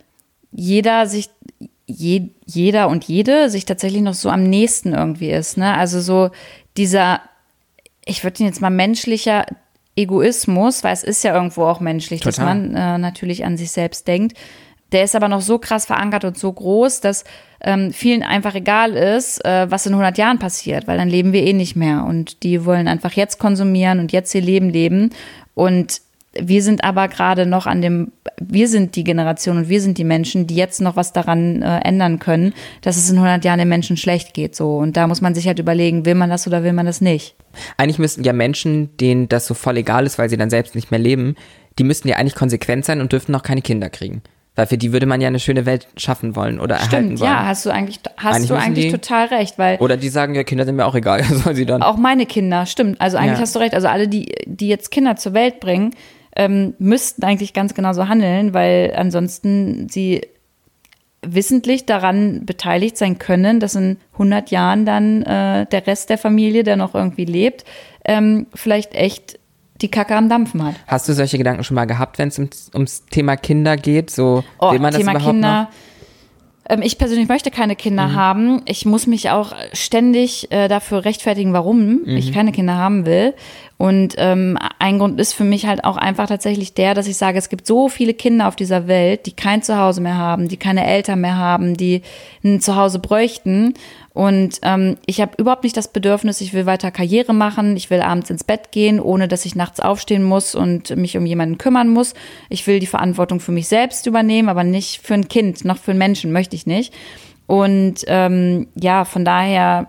jeder sich, je, jeder und jede sich tatsächlich noch so am nächsten irgendwie ist. Ne? Also so dieser, ich würde ihn jetzt mal menschlicher Egoismus, weil es ist ja irgendwo auch menschlich, Total. dass man äh, natürlich an sich selbst denkt. Der ist aber noch so krass verankert und so groß, dass ähm, vielen einfach egal ist, äh, was in hundert Jahren passiert, weil dann leben wir eh nicht mehr. Und die wollen einfach jetzt konsumieren und jetzt ihr Leben leben. Und wir sind aber gerade noch an dem, wir sind die Generation und wir sind die Menschen, die jetzt noch was daran äh, ändern können, dass es in hundert Jahren den Menschen schlecht geht. So. Und da muss man sich halt überlegen, will man das oder will man das nicht? Eigentlich müssten ja Menschen, denen das so voll egal ist, weil sie dann selbst nicht mehr leben, die müssten ja eigentlich konsequent sein und dürften auch keine Kinder kriegen. Weil für die würde man ja eine schöne Welt schaffen wollen oder erhalten Stimmt, wollen. ja, hast du eigentlich, hast Eigentlich du müssen eigentlich die- total recht, weil Oder die sagen, ja, Kinder sind mir auch egal, soll sie dann. auch meine Kinder, stimmt, also eigentlich Ja. hast du recht, also alle, die, die jetzt Kinder zur Welt bringen, ähm, müssten eigentlich ganz genauso handeln, weil ansonsten sie wissentlich daran beteiligt sein können, dass in hundert Jahren dann äh, der Rest der Familie, der noch irgendwie lebt, ähm, vielleicht echt die Kacke am Dampfen hat. Hast du solche Gedanken schon mal gehabt, wenn es ums, ums Thema Kinder geht? So, Oh, will man das Thema überhaupt Kinder. noch? Ähm, ich persönlich möchte keine Kinder Mhm. haben. Ich muss mich auch ständig äh, dafür rechtfertigen, warum Mhm. ich keine Kinder haben will. Und ähm, ein Grund ist für mich halt auch einfach tatsächlich der, dass ich sage, es gibt so viele Kinder auf dieser Welt, die kein Zuhause mehr haben, die keine Eltern mehr haben, die ein Zuhause bräuchten. Und ähm, ich habe überhaupt nicht das Bedürfnis, ich will weiter Karriere machen, ich will abends ins Bett gehen, ohne dass ich nachts aufstehen muss und mich um jemanden kümmern muss. Ich will die Verantwortung für mich selbst übernehmen, aber nicht für ein Kind, noch für einen Menschen möchte ich nicht. Und ähm, ja, von daher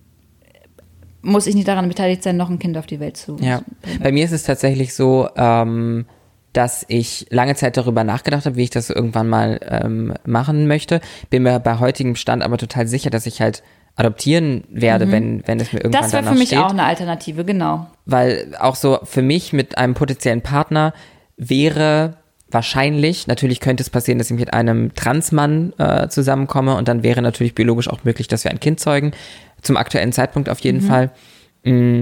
muss ich nicht daran beteiligt sein, noch ein Kind auf die Welt zu Ja, bringen. bei mir ist es tatsächlich so, ähm, dass ich lange Zeit darüber nachgedacht habe, wie ich das irgendwann mal ähm, machen möchte. Bin mir bei heutigem Stand aber total sicher, dass ich halt adoptieren werde, wenn, wenn es mir irgendwann Das wäre danach für mich steht. auch eine Alternative, genau. Weil auch so für mich mit einem potenziellen Partner wäre wahrscheinlich, natürlich könnte es passieren, dass ich mit einem Transmann äh, zusammenkomme und dann wäre natürlich biologisch auch möglich, dass wir ein Kind zeugen. Zum aktuellen Zeitpunkt auf jeden Fall. Mm.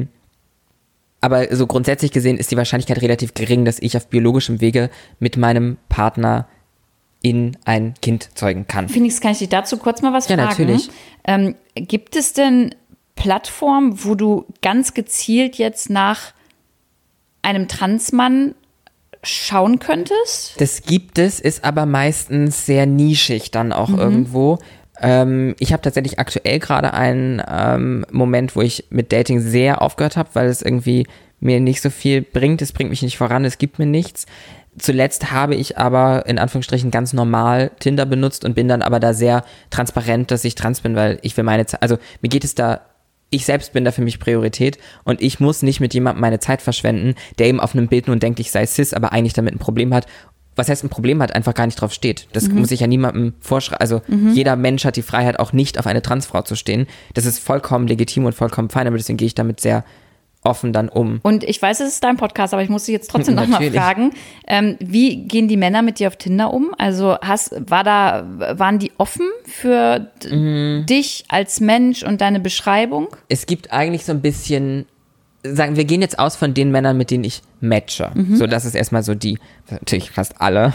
Aber so grundsätzlich gesehen ist die Wahrscheinlichkeit relativ gering, dass ich auf biologischem Wege mit meinem Partner in ein Kind zeugen kann. Phoenix, kann ich dich dazu kurz mal was Ja, fragen? natürlich. Ähm, gibt es denn Plattformen, wo du ganz gezielt jetzt nach einem Transmann schauen könntest? Das gibt es, ist aber meistens sehr nischig dann auch irgendwo. Ähm, ich habe tatsächlich aktuell gerade einen ähm, Moment, wo ich mit Dating sehr aufgehört habe, weil es irgendwie mir nicht so viel bringt. Es bringt mich nicht voran, es gibt mir nichts. Zuletzt habe ich aber in Anführungsstrichen ganz normal Tinder benutzt und bin dann aber da sehr transparent, dass ich trans bin, weil ich will meine Zeit, also mir geht es da, ich selbst bin da für mich Priorität und ich muss nicht mit jemandem meine Zeit verschwenden, der eben auf einem Bild nur denkt, ich sei cis, aber eigentlich damit ein Problem hat. Was heißt ein Problem hat, einfach gar nicht drauf steht. Das muss ich ja niemandem vorschreiben. Also jeder Mensch hat die Freiheit, auch nicht auf eine Transfrau zu stehen. Das ist vollkommen legitim und vollkommen fein, aber deswegen gehe ich damit sehr offen dann um. Und ich weiß, es ist dein Podcast, aber ich muss dich jetzt trotzdem noch mal Natürlich. fragen, ähm, wie gehen die Männer mit dir auf Tinder um? Also hast, war da, waren die offen für d- dich als Mensch und deine Beschreibung? Es gibt eigentlich so ein bisschen sagen, wir gehen jetzt aus von den Männern, mit denen ich matche. Mhm. So, das ist erstmal so die, natürlich fast alle.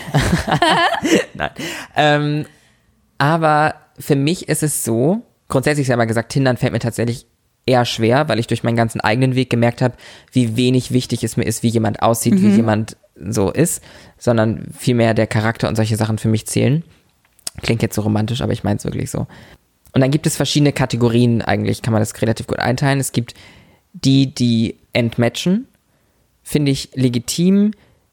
Nein. Ähm, aber für mich ist es so, grundsätzlich habe ich ja mal gesagt, Tindern fällt mir tatsächlich eher schwer, weil ich durch meinen ganzen eigenen Weg gemerkt habe, wie wenig wichtig es mir ist, wie jemand aussieht, mhm. wie jemand so ist, sondern vielmehr der Charakter und solche Sachen für mich zählen. Klingt jetzt so romantisch, aber ich meine es wirklich so. Und dann gibt es verschiedene Kategorien, eigentlich kann man das relativ gut einteilen. Es gibt die, die entmatchen, finde ich legitim.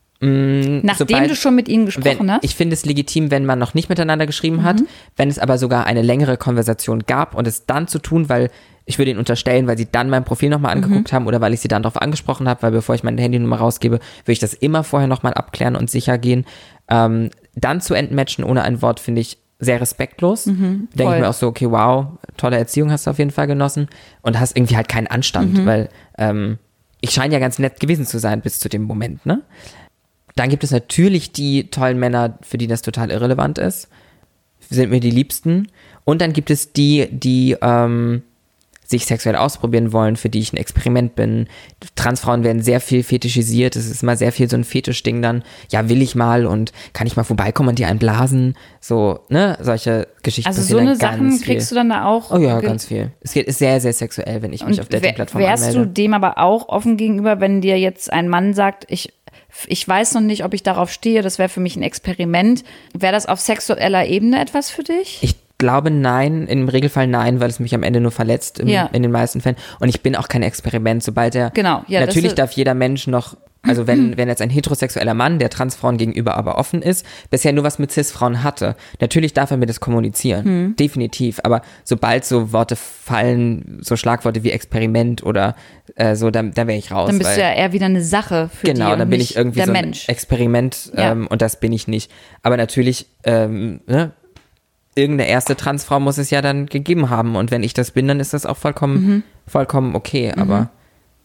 Mh, Nachdem sobald, du schon mit ihnen gesprochen wenn, hast? Ich finde es legitim, wenn man noch nicht miteinander geschrieben mhm. hat, wenn es aber sogar eine längere Konversation gab und es dann zu tun, weil ich würde ihnen unterstellen, weil sie dann mein Profil nochmal angeguckt mhm. haben oder weil ich sie dann darauf angesprochen habe, weil bevor ich meine Handynummer rausgebe, würde ich das immer vorher nochmal abklären und sicher gehen. Ähm, dann zu entmatchen ohne ein Wort finde ich sehr respektlos. Mhm, Denke ich mir auch so, okay, wow, tolle Erziehung hast du auf jeden Fall genossen und hast irgendwie halt keinen Anstand, mhm. weil ähm, ich scheine ja ganz nett gewesen zu sein bis zu dem Moment, ne? Dann gibt es natürlich die tollen Männer, für die das total irrelevant ist, sind mir die Liebsten. Und dann gibt es die, die ähm, sich sexuell ausprobieren wollen, für die ich ein Experiment bin. Transfrauen werden sehr viel fetischisiert, es ist immer sehr viel so ein Fetischding dann, ja, will ich mal und kann ich mal vorbeikommen und dir einen blasen, so, ne, solche Geschichten. Also so eine Sachen kriegst du dann da auch? Oh ja, ganz viel. Es geht, ist sehr, sehr sexuell, wenn ich mich und auf Dating-Plattformen anmelde. Wärst du dem aber auch offen gegenüber, wenn dir jetzt ein Mann sagt, ich ich weiß noch nicht, ob ich darauf stehe, das wäre für mich ein Experiment. Wäre das auf sexueller Ebene etwas für dich? Ich glaube nein, im Regelfall nein, weil es mich am Ende nur verletzt, im, ja. in den meisten Fällen. Und ich bin auch kein Experiment, sobald er, genau, ja, natürlich darf jeder Mensch noch, also wenn, wenn jetzt ein heterosexueller Mann, der Transfrauen gegenüber aber offen ist, bisher nur was mit Cis-Frauen hatte, natürlich darf er mir das kommunizieren, hm. definitiv, aber sobald so Worte fallen, so Schlagworte wie Experiment oder äh, so, dann, dann wäre ich raus. Dann bist weil, du ja eher wieder eine Sache für genau, die und dann bin ich irgendwie der so ein Mensch. Experiment ähm, ja. und das bin ich nicht. Aber natürlich, ähm, ne, irgendeine erste Transfrau muss es ja dann gegeben haben und wenn ich das bin, dann ist das auch vollkommen, mhm. vollkommen okay, aber mhm.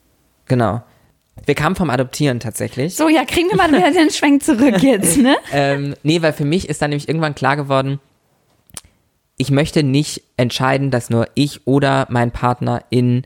genau. Wir kamen vom Adoptieren tatsächlich. So, ja, kriegen wir mal wieder den Schwenk zurück jetzt, ne? ähm, nee, weil für mich ist dann nämlich irgendwann klar geworden, ich möchte nicht entscheiden, dass nur ich oder mein Partner in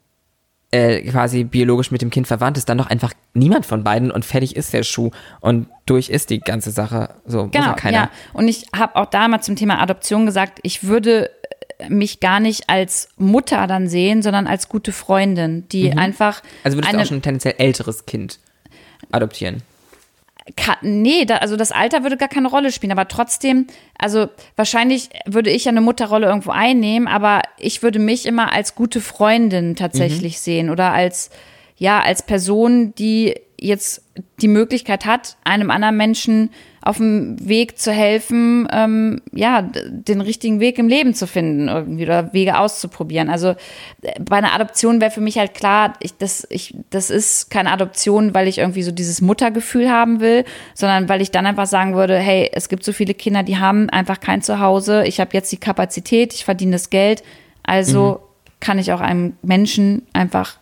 äh, quasi biologisch mit dem Kind verwandt ist, dann doch einfach niemand von beiden und fertig ist der Schuh und durch ist die ganze Sache. So, genau, muss ja keiner. Ja. Und ich habe auch damals zum Thema Adoption gesagt, ich würde mich gar nicht als Mutter dann sehen, sondern als gute Freundin, die mhm. einfach Also würdest eine, du auch schon ein tendenziell älteres Kind adoptieren? Kann, nee, da, also das Alter würde gar keine Rolle spielen, aber trotzdem, also wahrscheinlich würde ich ja eine Mutterrolle irgendwo einnehmen, aber ich würde mich immer als gute Freundin tatsächlich mhm. sehen oder als, ja, als Person, die jetzt die Möglichkeit hat, einem anderen Menschen auf dem Weg zu helfen, ähm, ja, den richtigen Weg im Leben zu finden irgendwie oder Wege auszuprobieren. Also bei einer Adoption wäre für mich halt klar, ich, das, ich, das ist keine Adoption, weil ich irgendwie so dieses Muttergefühl haben will, sondern weil ich dann einfach sagen würde, hey, es gibt so viele Kinder, die haben einfach kein Zuhause, ich habe jetzt die Kapazität, ich verdiene das Geld, also mhm. kann ich auch einem Menschen einfach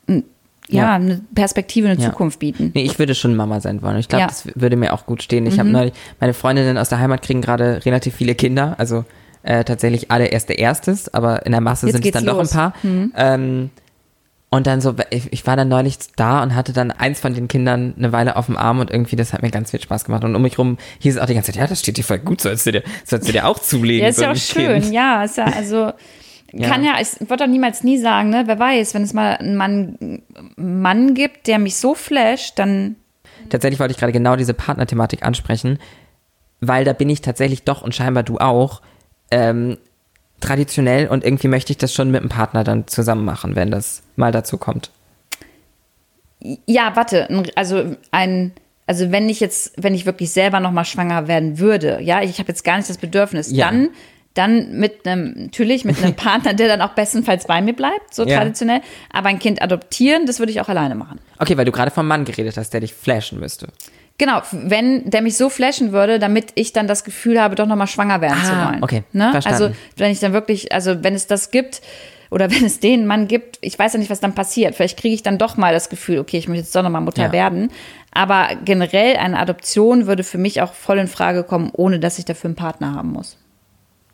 Ja, ja, eine Perspektive, eine ja. Zukunft bieten. Nee, ich würde schon Mama sein wollen. Ich glaube, ja. das würde mir auch gut stehen. Ich mhm. habe neulich, meine Freundinnen aus der Heimat kriegen gerade relativ viele Kinder, also äh, tatsächlich alle erste erstes, aber in der Masse Jetzt sind es dann los. Doch ein paar. Mhm. Ähm, und dann so, ich, ich war dann neulich da und hatte dann eins von den Kindern eine Weile auf dem Arm und irgendwie, das hat mir ganz viel Spaß gemacht. Und um mich rum hieß es auch die ganze Zeit, ja, das steht dir voll gut, sollst du dir, sollst du dir auch zulegen. Ja, ist so ja auch schön, Kind. ja, ist ja, also Ja. Kann ja, ich würde doch niemals nie sagen, ne? Wer weiß, wenn es mal einen Mann, Mann gibt, der mich so flasht, dann. Tatsächlich wollte ich gerade genau diese Partnerthematik ansprechen, weil da bin ich tatsächlich doch und scheinbar du auch ähm, traditionell und irgendwie möchte ich das schon mit einem Partner dann zusammen machen, wenn das mal dazu kommt. Ja, warte, also ein. Also wenn ich jetzt, wenn ich wirklich selber nochmal schwanger werden würde, ja, ich habe jetzt gar nicht das Bedürfnis, ja. dann Dann mit einem, natürlich mit einem Partner, der dann auch bestenfalls bei mir bleibt, so ja. traditionell. Aber ein Kind adoptieren, das würde ich auch alleine machen. Okay, weil du gerade vom Mann geredet hast, der dich flashen müsste. Genau, wenn der mich so flashen würde, damit ich dann das Gefühl habe, doch nochmal schwanger werden ah, zu wollen. Okay, ne? verstanden. Also wenn ich dann wirklich, also wenn es das gibt oder wenn es den Mann gibt, ich weiß ja nicht, was dann passiert. Vielleicht kriege ich dann doch mal das Gefühl, okay, ich möchte jetzt doch nochmal Mutter ja. werden. Aber generell eine Adoption würde für mich auch voll in Frage kommen, ohne dass ich dafür einen Partner haben muss.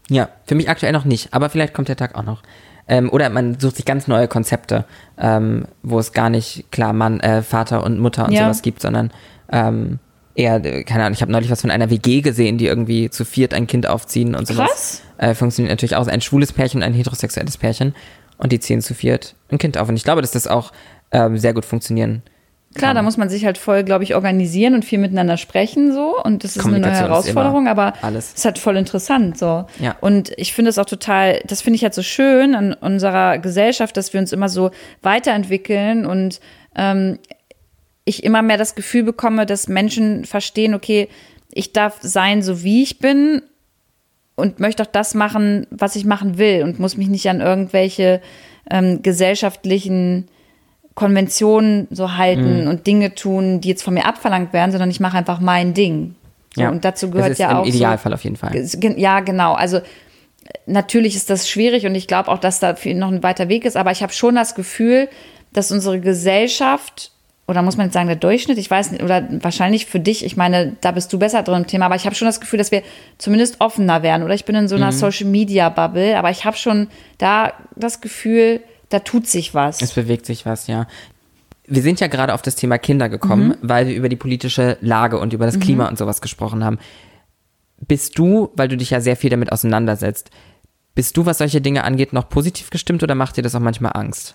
Ja, für mich aktuell noch nicht, aber vielleicht kommt der Tag auch noch. Ähm, oder man sucht sich ganz neue Konzepte, ähm, wo es gar nicht klar Mann, äh, Vater und Mutter und Ja. sowas gibt, sondern ähm, eher, äh, keine Ahnung, ich habe neulich was von einer W G gesehen, die irgendwie zu viert ein Kind aufziehen und sowas. Krass. Äh, funktioniert natürlich auch. Ein schwules Pärchen und ein heterosexuelles Pärchen und die ziehen zu viert ein Kind auf. Und ich glaube, dass das auch ähm, sehr gut funktionieren Klar, da muss man sich halt voll, glaube ich, organisieren und viel miteinander sprechen so und das ist eine neue Kommunikation ist Herausforderung, immer aber alles. es ist halt voll interessant so. Ja. Und ich finde es auch total, das finde ich halt so schön an unserer Gesellschaft, dass wir uns immer so weiterentwickeln und ähm, ich immer mehr das Gefühl bekomme, dass Menschen verstehen, okay, ich darf sein, so wie ich bin und möchte auch das machen, was ich machen will und muss mich nicht an irgendwelche ähm, gesellschaftlichen Konventionen so halten Mhm. und Dinge tun, die jetzt von mir abverlangt werden, sondern ich mache einfach mein Ding. So, Ja. und dazu Das gehört ist ja im auch Idealfall auf jeden Fall. so, ge- ja, genau. Also natürlich ist das schwierig und ich glaube auch, dass da viel noch ein weiter Weg ist, aber ich habe schon das Gefühl, dass unsere Gesellschaft, oder muss man jetzt sagen, der Durchschnitt, ich weiß nicht, oder wahrscheinlich für dich, ich meine, da bist du besser drin im Thema, aber ich habe schon das Gefühl, dass wir zumindest offener werden. Oder ich bin in so einer Mhm. Social-Media-Bubble, aber ich habe schon da das Gefühl, da tut sich was. Es bewegt sich was, ja. Wir sind ja gerade auf das Thema Kinder gekommen, Mhm. weil wir über die politische Lage und über das Klima und sowas gesprochen haben. Bist du, weil du dich ja sehr viel damit auseinandersetzt, bist du, was solche Dinge angeht, noch positiv gestimmt oder macht dir das auch manchmal Angst?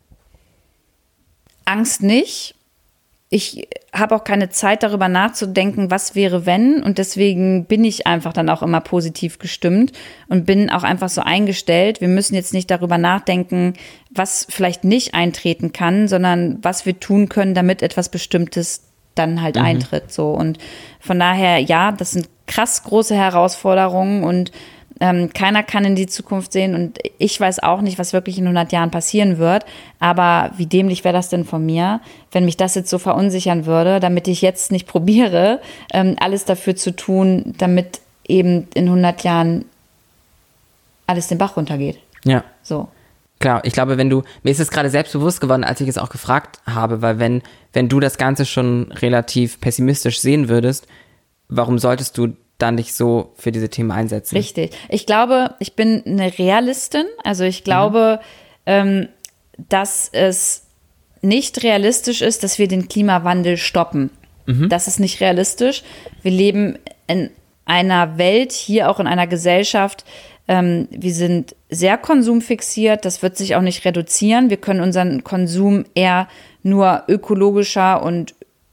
Angst nicht. Ich habe auch keine Zeit, darüber nachzudenken, was wäre, wenn. Und deswegen bin ich einfach dann auch immer positiv gestimmt und bin auch einfach so eingestellt. Wir müssen jetzt nicht darüber nachdenken, was vielleicht nicht eintreten kann, sondern was wir tun können, damit etwas Bestimmtes dann halt Mhm. eintritt. So. Und von daher, ja, das sind krass große Herausforderungen und Ähm, keiner kann in die Zukunft sehen und ich weiß auch nicht, was wirklich in hundert Jahren passieren wird. Aber wie dämlich wäre das denn von mir, wenn mich das jetzt so verunsichern würde, damit ich jetzt nicht probiere, ähm, alles dafür zu tun, damit eben in hundert Jahren alles den Bach runtergeht. Ja. So. Klar, ich glaube, wenn du, mir ist es gerade selbst bewusst geworden, als ich es auch gefragt habe, weil wenn, wenn du das Ganze schon relativ pessimistisch sehen würdest, warum solltest du dann nicht so für diese Themen einsetzen? Richtig. Ich glaube, ich bin eine Realistin. Also ich glaube, mhm. ähm, dass es nicht realistisch ist, dass wir den Klimawandel stoppen. Mhm. Das ist nicht realistisch. Wir leben in einer Welt, hier auch in einer Gesellschaft, ähm, wir sind sehr konsumfixiert. Das wird sich auch nicht reduzieren. Wir können unseren Konsum eher nur ökologischer und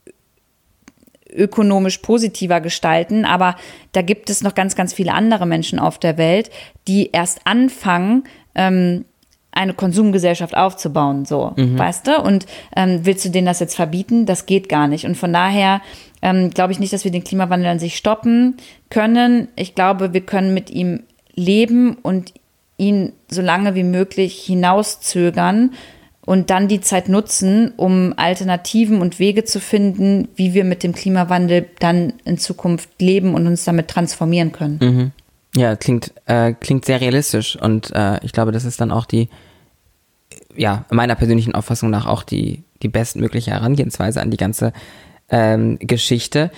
ökonomisch positiver gestalten, aber da gibt es noch ganz, ganz viele andere Menschen auf der Welt, die erst anfangen, ähm, eine Konsumgesellschaft aufzubauen, so, mhm. weißt du? Und ähm, willst du denen das jetzt verbieten? Das geht gar nicht. Und von daher ähm, glaube ich nicht, dass wir den Klimawandel an sich stoppen können. Ich glaube, wir können mit ihm leben und ihn so lange wie möglich hinauszögern und dann die Zeit nutzen, um Alternativen und Wege zu finden, wie wir mit dem Klimawandel dann in Zukunft leben und uns damit transformieren können. Mhm. Ja, klingt, äh, klingt sehr realistisch und äh, ich glaube, das ist dann auch die, ja, meiner persönlichen Auffassung nach auch die, die bestmögliche Herangehensweise an die ganze ähm, Geschichte.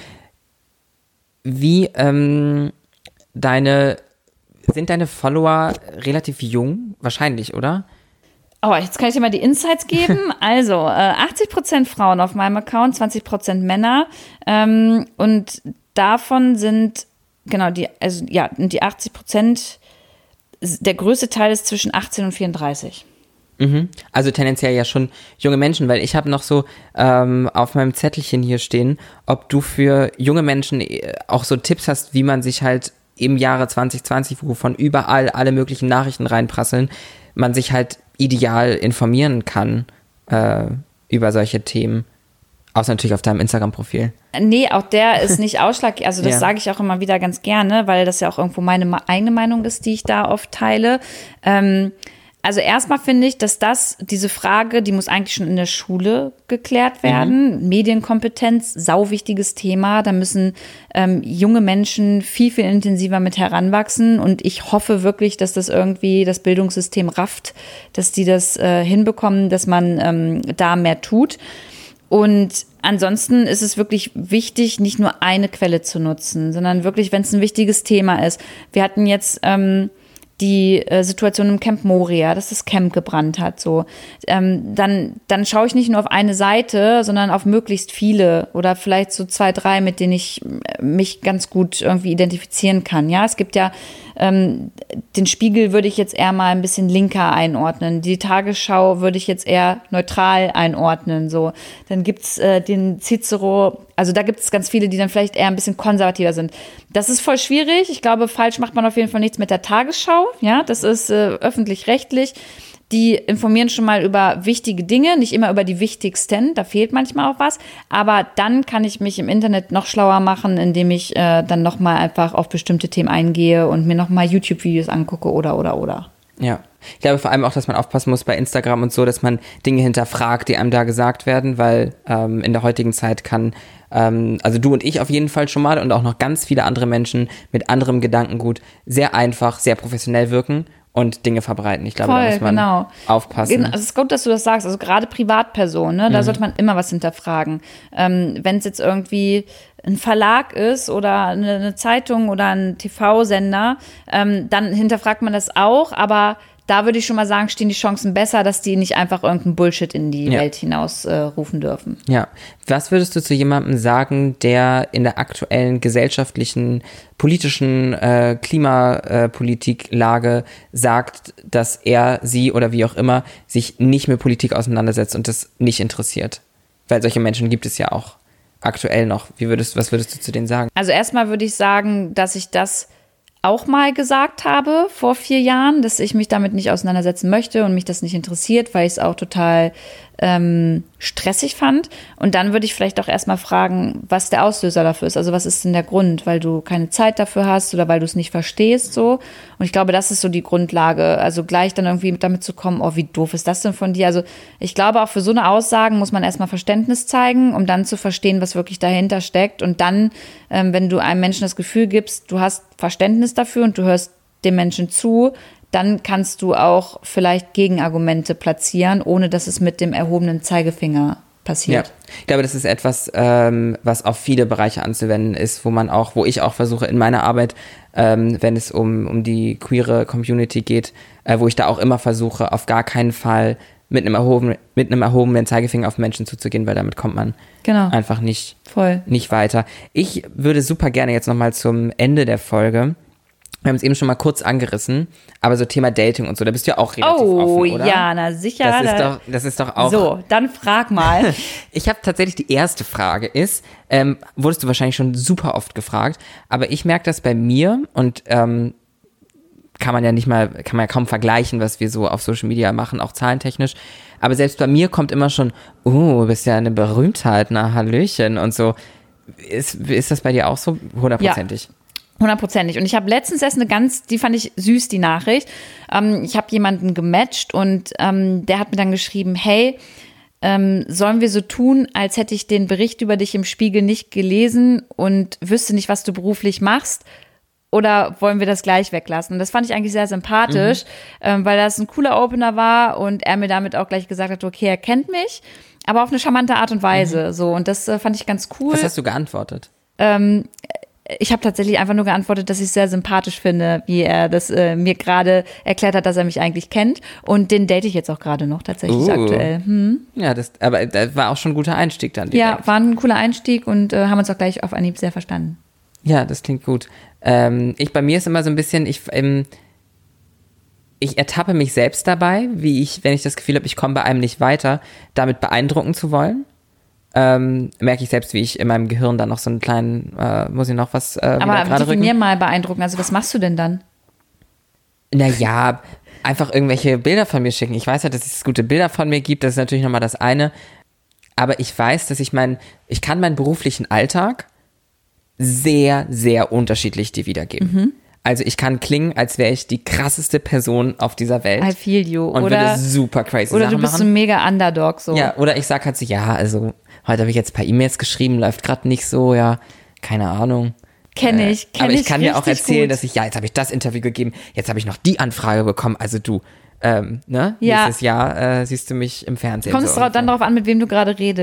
Wie ähm, deine, sind deine Follower relativ jung? Wahrscheinlich, oder? Oh, jetzt kann ich dir mal die Insights geben. Also, äh, achtzig Prozent Frauen auf meinem Account, zwanzig Prozent Männer. Ähm, und davon sind, genau, die, also ja, die achtzig Prozent, der größte Teil ist zwischen achtzehn und vierunddreißig. Mhm. Also tendenziell ja schon junge Menschen, weil ich habe noch so ähm, auf meinem Zettelchen hier stehen, ob du für junge Menschen auch so Tipps hast, wie man sich halt im Jahre zwanzig zwanzig, wo von überall alle möglichen Nachrichten reinprasseln, man sich halt ideal informieren kann äh, über solche Themen. Außer natürlich auf deinem Instagram-Profil. Nee, auch der ist nicht ausschlaggebend. Also das Ja. sage ich auch immer wieder ganz gerne, weil das ja auch irgendwo meine ma- eigene Meinung ist, die ich da oft teile. Ähm, also erstmal finde ich, dass das, diese Frage, die muss eigentlich schon in der Schule geklärt werden. Mhm. Medienkompetenz, sauwichtiges Thema. Da müssen ähm, junge Menschen viel, viel intensiver mit heranwachsen. Und ich hoffe wirklich, dass das irgendwie das Bildungssystem rafft, dass die das äh, hinbekommen, dass man ähm, da mehr tut. Und ansonsten ist es wirklich wichtig, nicht nur eine Quelle zu nutzen, sondern wirklich, wenn es ein wichtiges Thema ist. Wir hatten jetzt ähm, die äh, Situation im Camp Moria, dass das Camp gebrannt hat, so, ähm, dann, dann schaue ich nicht nur auf eine Seite, sondern auf möglichst viele oder vielleicht so zwei, drei, mit denen ich mich ganz gut irgendwie identifizieren kann. Ja, es gibt ja ähm, den Spiegel würde ich jetzt eher mal ein bisschen linker einordnen. Die Tagesschau würde ich jetzt eher neutral einordnen. So, dann gibt's äh, den Cicero. Also da gibt es ganz viele, die dann vielleicht eher ein bisschen konservativer sind. Das ist voll schwierig. Ich glaube, falsch macht man auf jeden Fall nichts mit der Tagesschau. Ja, das ist äh, öffentlich-rechtlich. Die informieren schon mal über wichtige Dinge, nicht immer über die wichtigsten. Da fehlt manchmal auch was. Aber dann kann ich mich im Internet noch schlauer machen, indem ich äh, dann noch mal einfach auf bestimmte Themen eingehe und mir noch mal YouTube-Videos angucke oder, oder, oder. Ja, ich glaube vor allem auch, dass man aufpassen muss bei Instagram und so, dass man Dinge hinterfragt, die einem da gesagt werden, weil ähm, in der heutigen Zeit kann, ähm, also du und ich auf jeden Fall schon mal und auch noch ganz viele andere Menschen mit anderem Gedankengut sehr einfach, sehr professionell wirken und Dinge verbreiten. Ich glaube, Voll, da muss man genau. aufpassen. Genau, es ist gut, dass du das sagst. Also gerade Privatpersonen, ne, da mhm. sollte man immer was hinterfragen. Ähm, wenn es jetzt irgendwie ein Verlag ist oder eine, eine Zeitung oder ein T V-Sender, ähm, dann hinterfragt man das auch, aber da würde ich schon mal sagen, stehen die Chancen besser, dass die nicht einfach irgendeinen Bullshit in die ja. Welt hinaus äh, rufen dürfen. Ja. Was würdest du zu jemandem sagen, der in der aktuellen gesellschaftlichen, politischen äh, Klimapolitiklage sagt, dass er, sie oder wie auch immer sich nicht mit Politik auseinandersetzt und das nicht interessiert? Weil solche Menschen gibt es ja auch aktuell noch. Wie würdest, was würdest du zu denen sagen? Also erstmal würde ich sagen, dass ich das auch mal gesagt habe vor vier Jahren, dass ich mich damit nicht auseinandersetzen möchte und mich das nicht interessiert, weil ich es auch total ähm, stressig fand. Und dann würde ich vielleicht auch erstmal fragen, was der Auslöser dafür ist. Also was ist denn der Grund? Weil du keine Zeit dafür hast oder weil du es nicht verstehst, so. Und ich glaube, das ist so die Grundlage. Also gleich dann irgendwie damit zu kommen, oh, wie doof ist das denn von dir? Also ich glaube, auch für so eine Aussagen muss man erstmal Verständnis zeigen, um dann zu verstehen, was wirklich dahinter steckt. Und dann, ähm, wenn du einem Menschen das Gefühl gibst, du hast Verständnis dafür und du hörst dem Menschen zu, dann kannst du auch vielleicht Gegenargumente platzieren, ohne dass es mit dem erhobenen Zeigefinger passiert. Ja, ich glaube, das ist etwas, ähm, was auf viele Bereiche anzuwenden ist, wo man auch, wo ich auch versuche in meiner Arbeit, ähm, wenn es um, um die queere Community geht, äh, wo ich da auch immer versuche, auf gar keinen Fall mit einem erhobenen, mit einem erhobenen Zeigefinger auf Menschen zuzugehen, weil damit kommt man genau. einfach nicht, Voll. nicht weiter. Ich würde super gerne jetzt nochmal zum Ende der Folge, wir haben es eben schon mal kurz angerissen, aber so Thema Dating und so, da bist du ja auch relativ oh, offen, oder? Oh, ja, na sicher. Das ist doch, das ist doch auch... So, dann frag mal. Ich habe tatsächlich, die erste Frage ist, ähm, wurdest du wahrscheinlich schon super oft gefragt, aber ich merke das bei mir und ähm, kann man ja nicht mal, kann man ja kaum vergleichen, was wir so auf Social Media machen, auch zahlentechnisch, aber selbst bei mir kommt immer schon, oh, du bist ja eine Berühmtheit, na Hallöchen und so. Ist, ist das bei dir auch so? Hundertprozentig? Ja. Hundertprozentig. Und ich habe letztens erst eine ganz, die fand ich süß, die Nachricht. Ähm, ich habe jemanden gematcht und ähm, der hat mir dann geschrieben, hey, ähm, sollen wir so tun, als hätte ich den Bericht über dich im Spiegel nicht gelesen und wüsste nicht, was du beruflich machst? Oder wollen wir das gleich weglassen? Und das fand ich eigentlich sehr sympathisch, mhm. ähm, weil das ein cooler Opener war und er mir damit auch gleich gesagt hat, okay, er kennt mich, aber auf eine charmante Art und Weise. Mhm. So, und das äh, fand ich ganz cool. Was hast du geantwortet? Ähm, Ich habe tatsächlich einfach nur geantwortet, dass ich es sehr sympathisch finde, wie er das äh, mir gerade erklärt hat, dass er mich eigentlich kennt. Und den date ich jetzt auch gerade noch tatsächlich uh. aktuell. Hm. Ja, das, aber das war auch schon ein guter Einstieg dann. Ja, war ein cooler Einstieg und äh, haben uns auch gleich auf Anhieb sehr verstanden. Ja, das klingt gut. Ähm, ich, bei mir ist immer so ein bisschen, ich, ähm, ich ertappe mich selbst dabei, wie ich, wenn ich das Gefühl habe, ich komme bei einem nicht weiter, damit beeindrucken zu wollen. Ähm, merke ich selbst, wie ich in meinem Gehirn dann noch so einen kleinen, äh, muss ich noch was äh, Aber gerade rücken. definier mal beeindrucken, also was machst du denn dann? Naja, einfach irgendwelche Bilder von mir schicken. Ich weiß ja, dass es gute Bilder von mir gibt, das ist natürlich nochmal das eine, aber ich weiß, dass ich mein, ich kann meinen beruflichen Alltag sehr, sehr unterschiedlich dir wiedergeben. Mhm. Also ich kann klingen, als wäre ich die krasseste Person auf dieser Welt. I feel you. Und oder, würde super crazy oder Sachen machen. Oder du bist so ein mega Underdog. So. Ja, oder ich sag halt so, ja, also heute habe ich jetzt ein paar E-Mails geschrieben, läuft gerade nicht so, ja, keine Ahnung. Kenne ich, kenne ich. Aber ich kann dir auch erzählen, gut. dass ich, ja, jetzt habe ich das Interview gegeben, jetzt habe ich noch die Anfrage bekommen, also du, ähm, ne, ja. nächstes Jahr äh, siehst du mich im Fernsehen. Kommt es so dann darauf an, mit wem du gerade redest?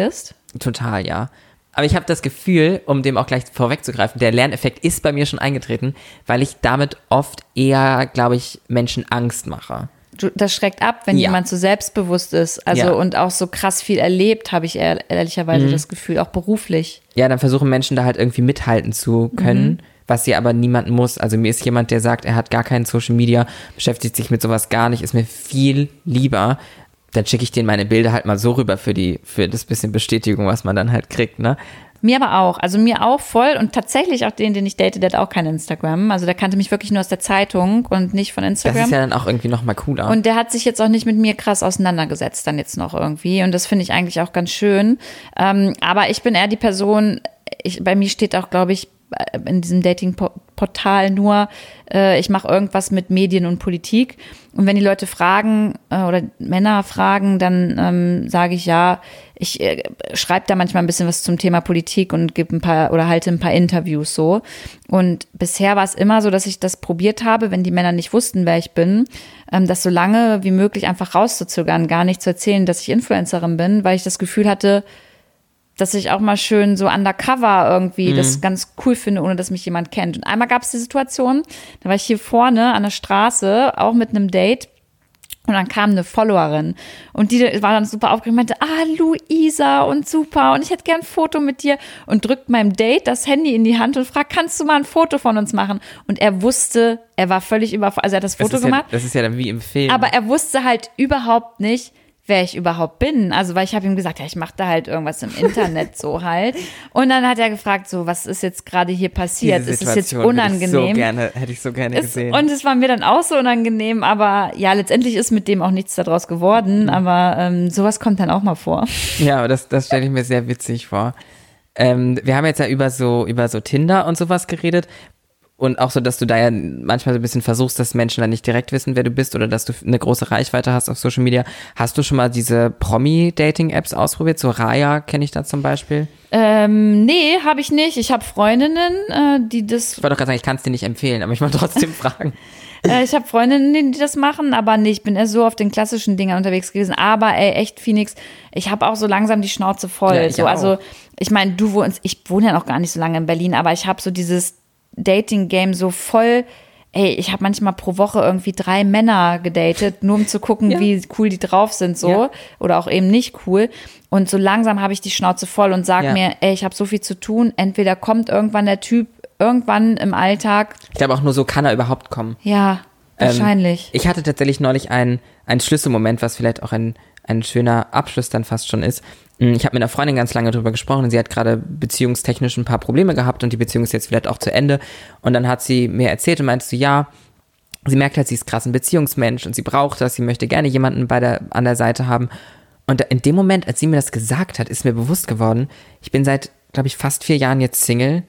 Total, ja. Aber ich habe das Gefühl, um dem auch gleich vorwegzugreifen, der Lerneffekt ist bei mir schon eingetreten, weil ich damit oft eher, glaube ich, Menschen Angst mache. Du, das schreckt ab, wenn Ja. jemand so selbstbewusst ist. Also Ja. und auch so krass viel erlebt, habe ich ehr, ehrlicherweise Mhm. das Gefühl, auch beruflich. Ja, dann versuchen Menschen da halt irgendwie mithalten zu können, mhm. was sie aber niemand muss. Also mir ist jemand, der sagt, er hat gar keinen Social Media, beschäftigt sich mit sowas gar nicht, ist mir viel lieber. Dann schicke ich denen meine Bilder halt mal so rüber für die, für das bisschen Bestätigung, was man dann halt kriegt, ne? Mir aber auch, also mir auch voll und tatsächlich auch den, den ich date, der hat auch kein Instagram. Also der kannte mich wirklich nur aus der Zeitung und nicht von Instagram. Das ist ja dann auch irgendwie noch mal cooler. Und der hat sich jetzt auch nicht mit mir krass auseinandergesetzt dann jetzt noch irgendwie und das finde ich eigentlich auch ganz schön. Ähm, aber ich bin eher die Person, ich, bei mir steht auch, glaube ich, in diesem Dating-Portal nur, äh, ich mache irgendwas mit Medien und Politik. Und wenn die Leute fragen äh, oder Männer fragen, dann ähm, sage ich ja, ich äh, schreibe da manchmal ein bisschen was zum Thema Politik und gebe ein paar oder halte ein paar Interviews so. Und bisher war es immer so, dass ich das probiert habe, wenn die Männer nicht wussten, wer ich bin, ähm, das so lange wie möglich einfach rauszuzögern, gar nicht zu erzählen, dass ich Influencerin bin, weil ich das Gefühl hatte, dass ich auch mal schön so undercover irgendwie mhm. das ganz cool finde, ohne dass mich jemand kennt. Und einmal gab es die Situation, da war ich hier vorne an der Straße, auch mit einem Date, und dann kam eine Followerin und die war dann super aufgeregt und meinte, ah, Luisa und super und ich hätte gern ein Foto mit dir und drückt meinem Date das Handy in die Hand und fragt, kannst du mal ein Foto von uns machen? Und er wusste, er war völlig überfordert, also er hat das Foto das gemacht. Ja, das ist ja dann wie im Film. Aber er wusste halt überhaupt nicht, wer ich überhaupt bin. Also, weil ich habe ihm gesagt, ja, ich mache da halt irgendwas im Internet so halt. Und dann hat er gefragt, so, was ist jetzt gerade hier passiert? Ist es jetzt unangenehm? Hätte ich so gerne, hätte ich so gerne es, gesehen. Und es war mir dann auch so unangenehm, aber ja, letztendlich ist mit dem auch nichts daraus geworden, Mhm. aber ähm, sowas kommt dann auch mal vor. Ja, aber das, das stelle ich mir sehr witzig vor. Ähm, wir haben jetzt ja über so, über so Tinder und sowas geredet. Und auch so, dass du da ja manchmal so ein bisschen versuchst, dass Menschen dann nicht direkt wissen, wer du bist oder dass du eine große Reichweite hast auf Social Media. Hast du schon mal diese Promi-Dating-Apps ausprobiert? So Raya kenne ich da zum Beispiel. Ähm, nee, habe ich nicht. Ich habe Freundinnen, äh, die das... Ich wollte doch gerade sagen, ich kann es dir nicht empfehlen, aber ich wollte trotzdem fragen. äh, ich habe Freundinnen, die das machen, aber nee, ich bin eher so auf den klassischen Dingern unterwegs gewesen. Aber ey, echt, Phoenix, ich habe auch so langsam die Schnauze voll. Ja, ich so, auch. also ich meine, du wohnst, ich wohne ja noch gar nicht so lange in Berlin, aber ich habe so dieses Dating-Game so voll, ey, ich habe manchmal pro Woche irgendwie drei Männer gedatet, nur um zu gucken, Ja. wie cool die drauf sind so Ja. oder auch eben nicht cool. Und so langsam habe ich die Schnauze voll und sage Ja. mir, ey, ich habe so viel zu tun. Entweder kommt irgendwann der Typ, irgendwann im Alltag. Ich glaube auch nur so kann er überhaupt kommen. Ja, wahrscheinlich. Ähm, ich hatte tatsächlich neulich einen, einen Schlüsselmoment, was vielleicht auch ein, ein schöner Abschluss dann fast schon ist. Ich habe mit einer Freundin ganz lange drüber gesprochen und sie hat gerade beziehungstechnisch ein paar Probleme gehabt und die Beziehung ist jetzt vielleicht auch zu Ende. Und dann hat sie mir erzählt und meinte so, ja, sie merkt halt, sie ist krass ein Beziehungsmensch und sie braucht das, sie möchte gerne jemanden bei der, an der Seite haben. Und in dem Moment, als sie mir das gesagt hat, ist mir bewusst geworden, ich bin seit, glaube ich, fast vier Jahren jetzt Single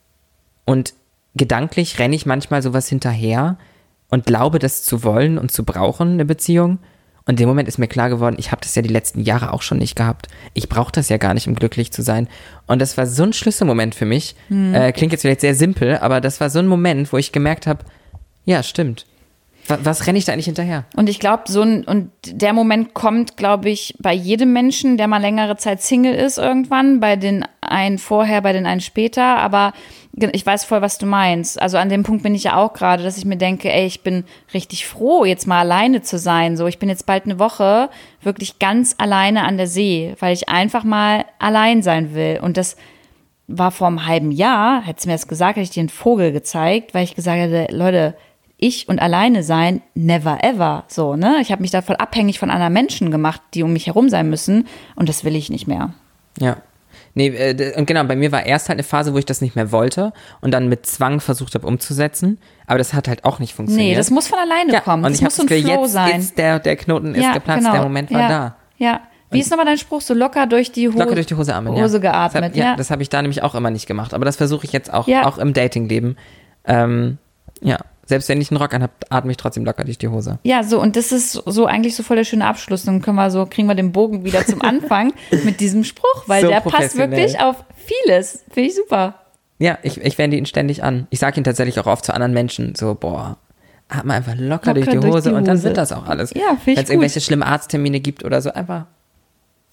und gedanklich renne ich manchmal sowas hinterher und glaube, das zu wollen und zu brauchen, eine Beziehung. Und in dem Moment ist mir klar geworden, ich habe das ja die letzten Jahre auch schon nicht gehabt. Ich brauche das ja gar nicht, um glücklich zu sein. Und das war so ein Schlüsselmoment für mich. Mhm. Äh, klingt jetzt vielleicht sehr simpel, aber das war so ein Moment, wo ich gemerkt habe, ja, stimmt. Was, was renne ich da eigentlich hinterher? Und ich glaube, so ein, und der Moment kommt, glaube ich, bei jedem Menschen, der mal längere Zeit Single ist irgendwann, bei den einen vorher, bei den einen später, aber ich weiß voll, was du meinst. Also an dem Punkt bin ich ja auch gerade, dass ich mir denke, ey, ich bin richtig froh, jetzt mal alleine zu sein. So, ich bin jetzt bald eine Woche wirklich ganz alleine an der See, weil ich einfach mal allein sein will. Und das war vor einem halben Jahr, hättest du mir das gesagt, hätte ich dir einen Vogel gezeigt, weil ich gesagt hätte, Leute, ich und alleine sein, never ever. So, ne? Ich habe mich da voll abhängig von anderen Menschen gemacht, die um mich herum sein müssen. Und das will ich nicht mehr. Ja. Nee, äh, und genau, bei mir war erst halt eine Phase, wo ich das nicht mehr wollte und dann mit Zwang versucht habe umzusetzen. Aber das hat halt auch nicht funktioniert. Nee, das muss von alleine ja, kommen. Und das ich muss so ein Gefühl, Flow jetzt, sein. Jetzt der, der Knoten ist ja, geplatzt, genau. der Moment war ja, da. Ja. Wie ist nochmal dein Spruch? So locker durch die Hose, locker durch die Hose, Amen, Hose ja. geatmet. Das hab, ja, ja, das habe ich da nämlich auch immer nicht gemacht. Aber das versuche ich jetzt auch, ja. auch im Datingleben. Ähm, ja, selbst wenn ich einen Rock anhabe, atme ich trotzdem locker durch die Hose. Ja, so, und das ist so eigentlich so voll der schöne Abschluss. Dann können wir so, kriegen wir den Bogen wieder zum Anfang mit diesem Spruch, weil So der passt wirklich auf vieles. Finde ich super. Ja, ich, ich wende ihn ständig an. Ich sage ihn tatsächlich auch oft zu anderen Menschen, so, boah, atme einfach locker, Locker durch, die durch Hose die und dann Hose. wird das auch alles. Ja, finde ich Wenn es gut. irgendwelche schlimmen Arzttermine gibt oder so, einfach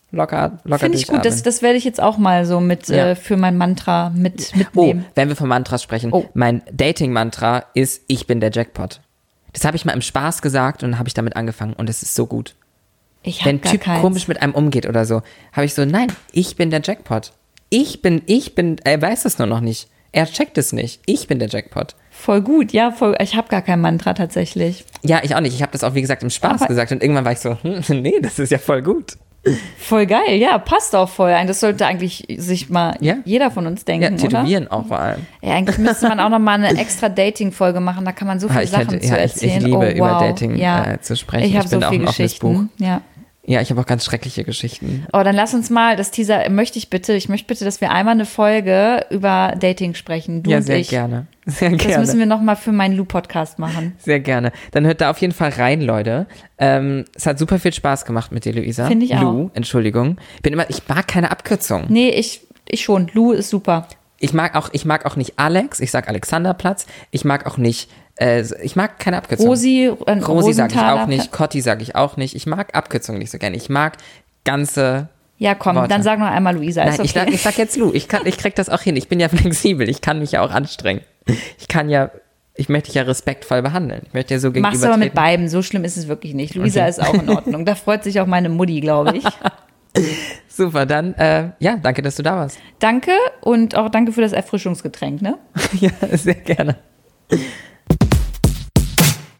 locker, locker Finde ich gut, das, das werde ich jetzt auch mal so mit Ja. äh, für mein Mantra mit, Oh, mitnehmen. wenn wir von Mantras sprechen, Oh. mein Dating-Mantra ist, ich bin der Jackpot. Das habe ich mal im Spaß gesagt und dann habe ich damit angefangen und es ist so gut. Ich Wenn habe ein gar Typ keins. komisch mit einem umgeht oder so, habe ich so, nein, ich bin der Jackpot. Ich bin, ich bin, er weiß es nur noch nicht. Er checkt es nicht. Ich bin der Jackpot. Voll gut, ja, voll. Ich habe gar kein Mantra tatsächlich. Ja, ich auch nicht. Ich habe das auch, wie gesagt, im Spaß Aber- gesagt und irgendwann war ich so, hm, nee, das ist ja voll gut. Voll geil, ja, passt auch voll ein. Das sollte eigentlich sich mal Ja. jeder von uns denken, Ja, oder? tätowieren auch vor allem. Ja, eigentlich müsste man auch noch mal eine extra Dating-Folge machen. Da kann man so Ah, viele ich Sachen hätte- zu ja, ich- ich erzählen. liebe, oh, über wow. Dating, ja. äh, zu sprechen. Ich habe Ich bin so auch viele ein offenes Geschichten. Ja. Ja, ich habe auch ganz schreckliche Geschichten. Oh, dann lass uns mal, das Teaser möchte ich bitte, ich möchte bitte, dass wir einmal eine Folge über Dating sprechen. Du ja, und sehr ich. gerne. Sehr Das gerne. müssen wir noch mal für meinen Lu-Podcast machen. Sehr gerne. Dann hört da auf jeden Fall rein, Leute. Ähm, es hat super viel Spaß gemacht mit dir, Luisa. Finde ich auch. Lu, Entschuldigung. Ich bin immer, ich mag keine Abkürzung. Nee, ich, ich schon. Lu ist super. Ich mag auch, ich mag auch nicht Alex. Ich sag Alexanderplatz. Ich mag auch nicht, äh, ich mag keine Abkürzung. Rosi, äh, Rosi sage ich Rosenthaler. auch nicht. Cotti sage ich auch nicht. Ich mag Abkürzungen nicht so gerne. Ich mag ganze. Ja, komm, Worte. dann sag noch einmal Luisa. Nein, Ist okay. ich, sag, ich sag jetzt Lu. Ich, kann, ich krieg das auch hin. Ich bin ja flexibel. Ich kann mich ja auch anstrengen. Ich kann ja, ich möchte dich ja respektvoll behandeln. Ich möchte dir so gegenüber Machst du aber mit treten. beiden. So schlimm ist es wirklich nicht. Luisa Okay. ist auch in Ordnung. Da freut sich auch meine Mutti, glaube ich. Super, dann, äh, ja, danke, dass du da warst. Danke und auch danke für das Erfrischungsgetränk, ne? Ja, sehr gerne.